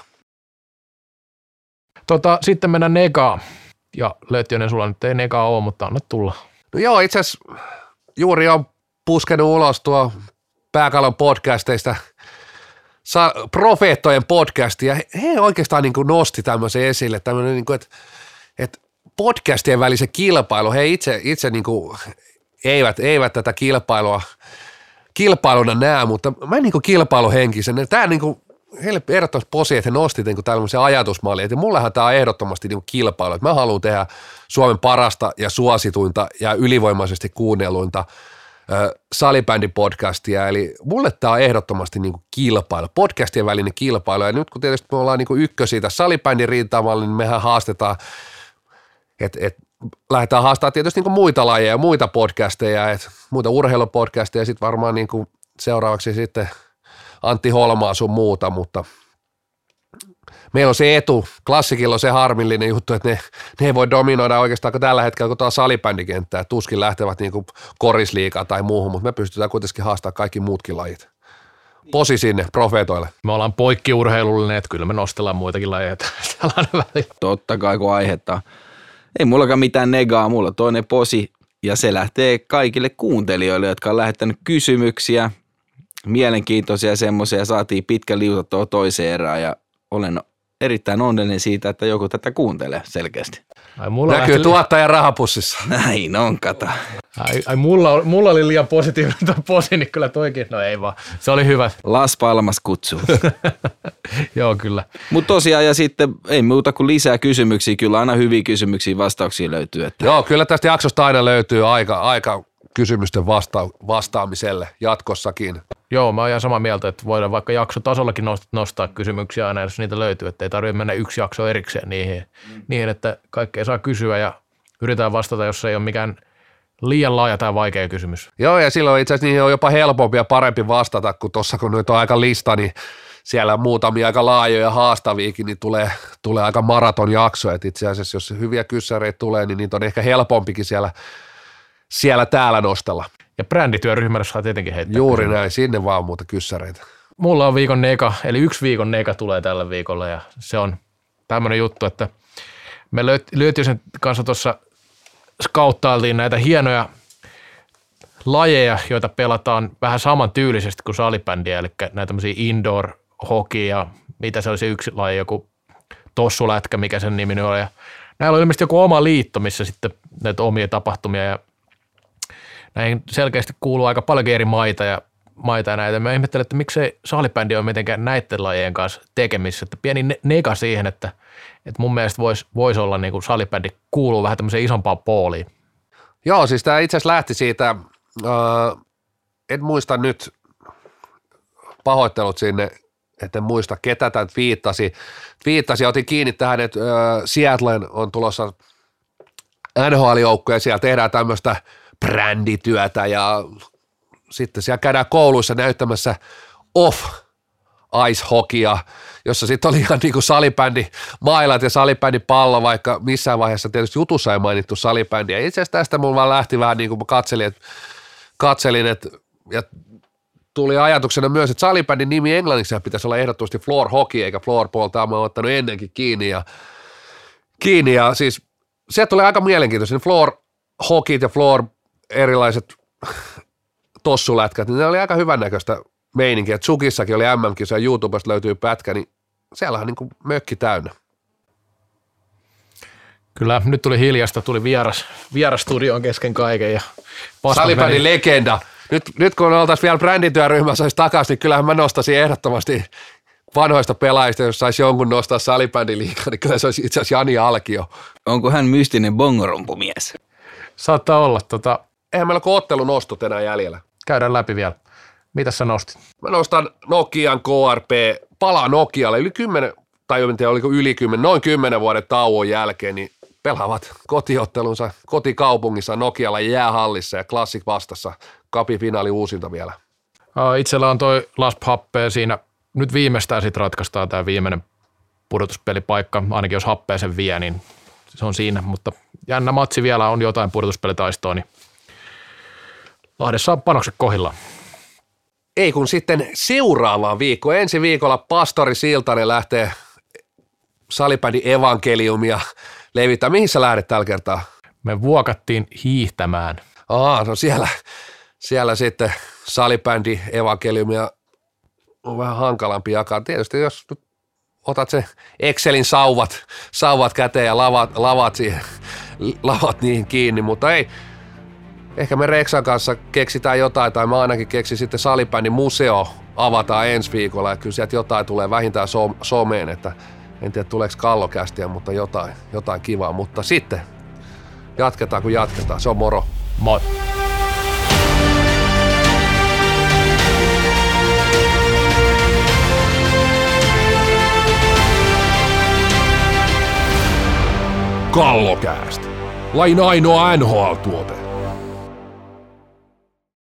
Tota, sitten mennään Negaan. Ja Lötjönen, sulla nyt ei Negaa ole, mutta anna tulla. No joo, itse asiassa juuri on puskenut ulos tuo Pääkallon podcasteista Sa- Profeettojen podcasti, ja he oikeastaan niin kuin nosti tämmöisen esille, tämmöinen, niin kuin, että, että podcastien välisen kilpailu, he itse, itse niin kuin eivät, eivät tätä kilpailua kilpailuna näe, mutta mä niin kuin kilpailuhenkisen, tämä niin kuin heille ehdottomasti posi, että he nosti niin tämmöisen ajatusmallin, että mullehan tämä on ehdottomasti niin kilpailu, että mä haluan tehdä Suomen parasta ja suosituinta ja ylivoimaisesti kuunnelluinta salibändipodcastia, eli mulle tämä on ehdottomasti niin kuin kilpailu, podcastien välinen kilpailu, ja nyt kun tietysti me ollaan niin kuin ykkösiä tässä salibändin rintamalla, niin mehän haastetaan, että et, lähdetään haastamaan tietysti niin kuin muita lajeja, muita podcasteja, et, muita urheilupodcasteja, ja sitten varmaan niin kuin seuraavaksi sitten Antti Holmaa sun muuta, mutta meillä on se etu, Klassikilla on se harmillinen juttu, että ne, ne ei voi dominoida oikeastaan tällä hetkellä, kun tuolla salibändikenttää, tuskin lähtevät niin kuin korisliigaan tai muuhun, mutta me pystytään kuitenkin haastamaan kaikki muutkin lajit. Posi sinne profeetoille. Me ollaan poikkiurheilullinen, että kyllä me nostellaan muitakin lajeja tällainen välillä. Totta kai, kun aihetta. Ei mullakaan mitään negaa, mulla on toinen posi ja se lähtee kaikille kuuntelijoille, jotka on lähettänyt kysymyksiä, mielenkiintoisia semmoisia, saatiin pitkä liutattua toiseen erään ja olen erittäin onnellinen siitä, että joku tätä kuuntelee selkeästi. Ai, mulla Näkyy lähti... tuottajan rahapussissa. Näin on, kato. Ai, ai mulla, mulla oli liian positiivinen tuo posi, niin kyllä toikin, no ei vaan, se oli hyvä. Las Palmas kutsuu. Joo, kyllä. Mutta tosiaan, ja sitten ei muuta kuin lisää kysymyksiä, kyllä aina hyviä kysymyksiä, vastauksia löytyy. Että... Joo, kyllä tästä jaksosta aina löytyy aika, aika kysymysten vasta- vastaamiselle jatkossakin. Joo, mä oon ihan samaa mieltä, että voidaan vaikka jaksotasollakin nostaa kysymyksiä aina, jos niitä löytyy, että ei tarvitse mennä yksi jakso erikseen niihin, mm. niihin, että kaikkea saa kysyä ja yritetään vastata, jos ei ole mikään liian laaja tai vaikea kysymys. Joo, ja silloin itse asiassa niihin on jopa helpompi ja parempi vastata, kun tuossa kun nyt on aika lista, niin siellä muutamia aika laajoja haastaviakin, niin tulee, tulee aika maratonjakso, että itse asiassa jos hyviä kyssäreitä tulee, niin niitä on ehkä helpompikin siellä, siellä täällä nostella. Ja brändityöryhmällä saa tietenkin heittää. Juuri näin, sinne vaan muuta kyssäreitä. Mulla on viikon neka, eli yksi viikon neka tulee tällä viikolla ja se on tämmöinen juttu, että me löytyy sen kanssa tuossa skauttailtiin näitä hienoja lajeja, joita pelataan vähän samantyylisesti kuin salibändiä, eli näitä tämmöisiä indoor hockey ja mitä se olisi yksi laji, joku tossulätkä, mikä sen nimi nyt on. Ja näillä on ilmeisesti joku oma liitto, missä sitten näitä omia tapahtumia ja näihin selkeästi kuuluu aika paljon eri maita ja maita ja näitä. Mä ihmettelen, että miksei salibändi ole mitenkään näiden lajien kanssa tekemissä, että pieni neka siihen, että, että mun mielestä voisi vois olla niin kuin salibändi kuuluu vähän tämmöiseen isompaan pooliin. Joo, siis tämä itse asiassa lähti siitä, äh, en muista nyt pahoittelut sinne, että en muista ketä tämän twiittasi. Twiittasi ja otin kiinni tähän, että äh, Seattlen on tulossa N H L-joukkoja ja siellä tehdään tämmöistä brändityötä ja sitten siellä käydään kouluissa näyttämässä off ice hockeya, jossa sitten oli ihan niin kuin salibändi mailat ja salibändi pallo, vaikka missään vaiheessa tietysti jutussa ei mainittu salibändiä. Itse asiassa tästä mulla vaan lähti vähän niin kuin mä katselin, että, katselin, että ja tuli ajatuksena myös, että salibändin nimi englanniksi pitäisi olla ehdottomasti floor hockey eikä floorball. Tämä mä oon ottanut ennenkin kiinni ja, kiinni ja siis se tulee aika mielenkiintoista. Floor hockeyt ja floor erilaiset tossulätkät, niin ne oli aika hyvännäköistä meininkiä. Tsukissakin oli M M-kisa ja YouTubesta löytyy pätkä, niin siellä on niin kuin mökki täynnä. Kyllä, nyt tuli hiljasta, tuli vieras, vieras studioon kesken kaiken. Ja salibändin legenda. Nyt, nyt kun oltaisiin vielä brändityöryhmässä olisi takaisin, niin kyllähän mä nostaisin ehdottomasti vanhoista pelaajista, jos saisi jonkun nostaa salibändiliigaa, niin kyllä se olisi itse asiassa Jani Alkio. Onko hän mystinen bongorumpumies? Saattaa olla. Tota... Eihän meillä ole ottelunostot enää jäljellä. Käydään läpi vielä. Mitäs sä nostit? Mä nostan Nokian K R P, palaa Nokialle yli kymmenen, tai en tiedä oliko yli kymmenen, noin kymmenen vuoden tauon jälkeen, niin pelaavat kotiottelunsa kotikaupungissa Nokialla jäähallissa ja Classic vastassa kapifinaali uusinta vielä. Itsellä on toi Las Happea siinä. Nyt viimeistään sitten ratkaistaan tämä viimeinen pudotuspelipaikka, ainakin jos Happea sen vie, niin se on siinä, mutta jännä matsi vielä on jotain pudotuspelitaistoa, niin Lahdessa on panokset kohdillaan. Ei kun sitten seuraavaan viikkoon. Ensi viikolla pastori Siltanen lähtee salibändin evankeliumia levittää. Mihin sä lähdet tällä kertaa? Me vuokattiin hiihtämään. Aa, no siellä, siellä sitten salibändi evankeliumia on vähän hankalampi jakaa. Tietysti jos otat se Excelin sauvat, sauvat käteen ja lavat, lavat, siihen, lavat niihin kiinni, mutta ei. Ehkä me Reksan kanssa keksitään jotain, tai mä ainakin keksin sitten salibändin museo avataan ensi viikolla, ja kyllä sieltä jotain tulee vähintään so- someen, että en tiedä tuleeko kallokästiä, mutta jotain, jotain kivaa, mutta sitten jatketaan kun jatketaan, se on moro. Moi. Kallokääst. Lain ainoa N H L-tuote.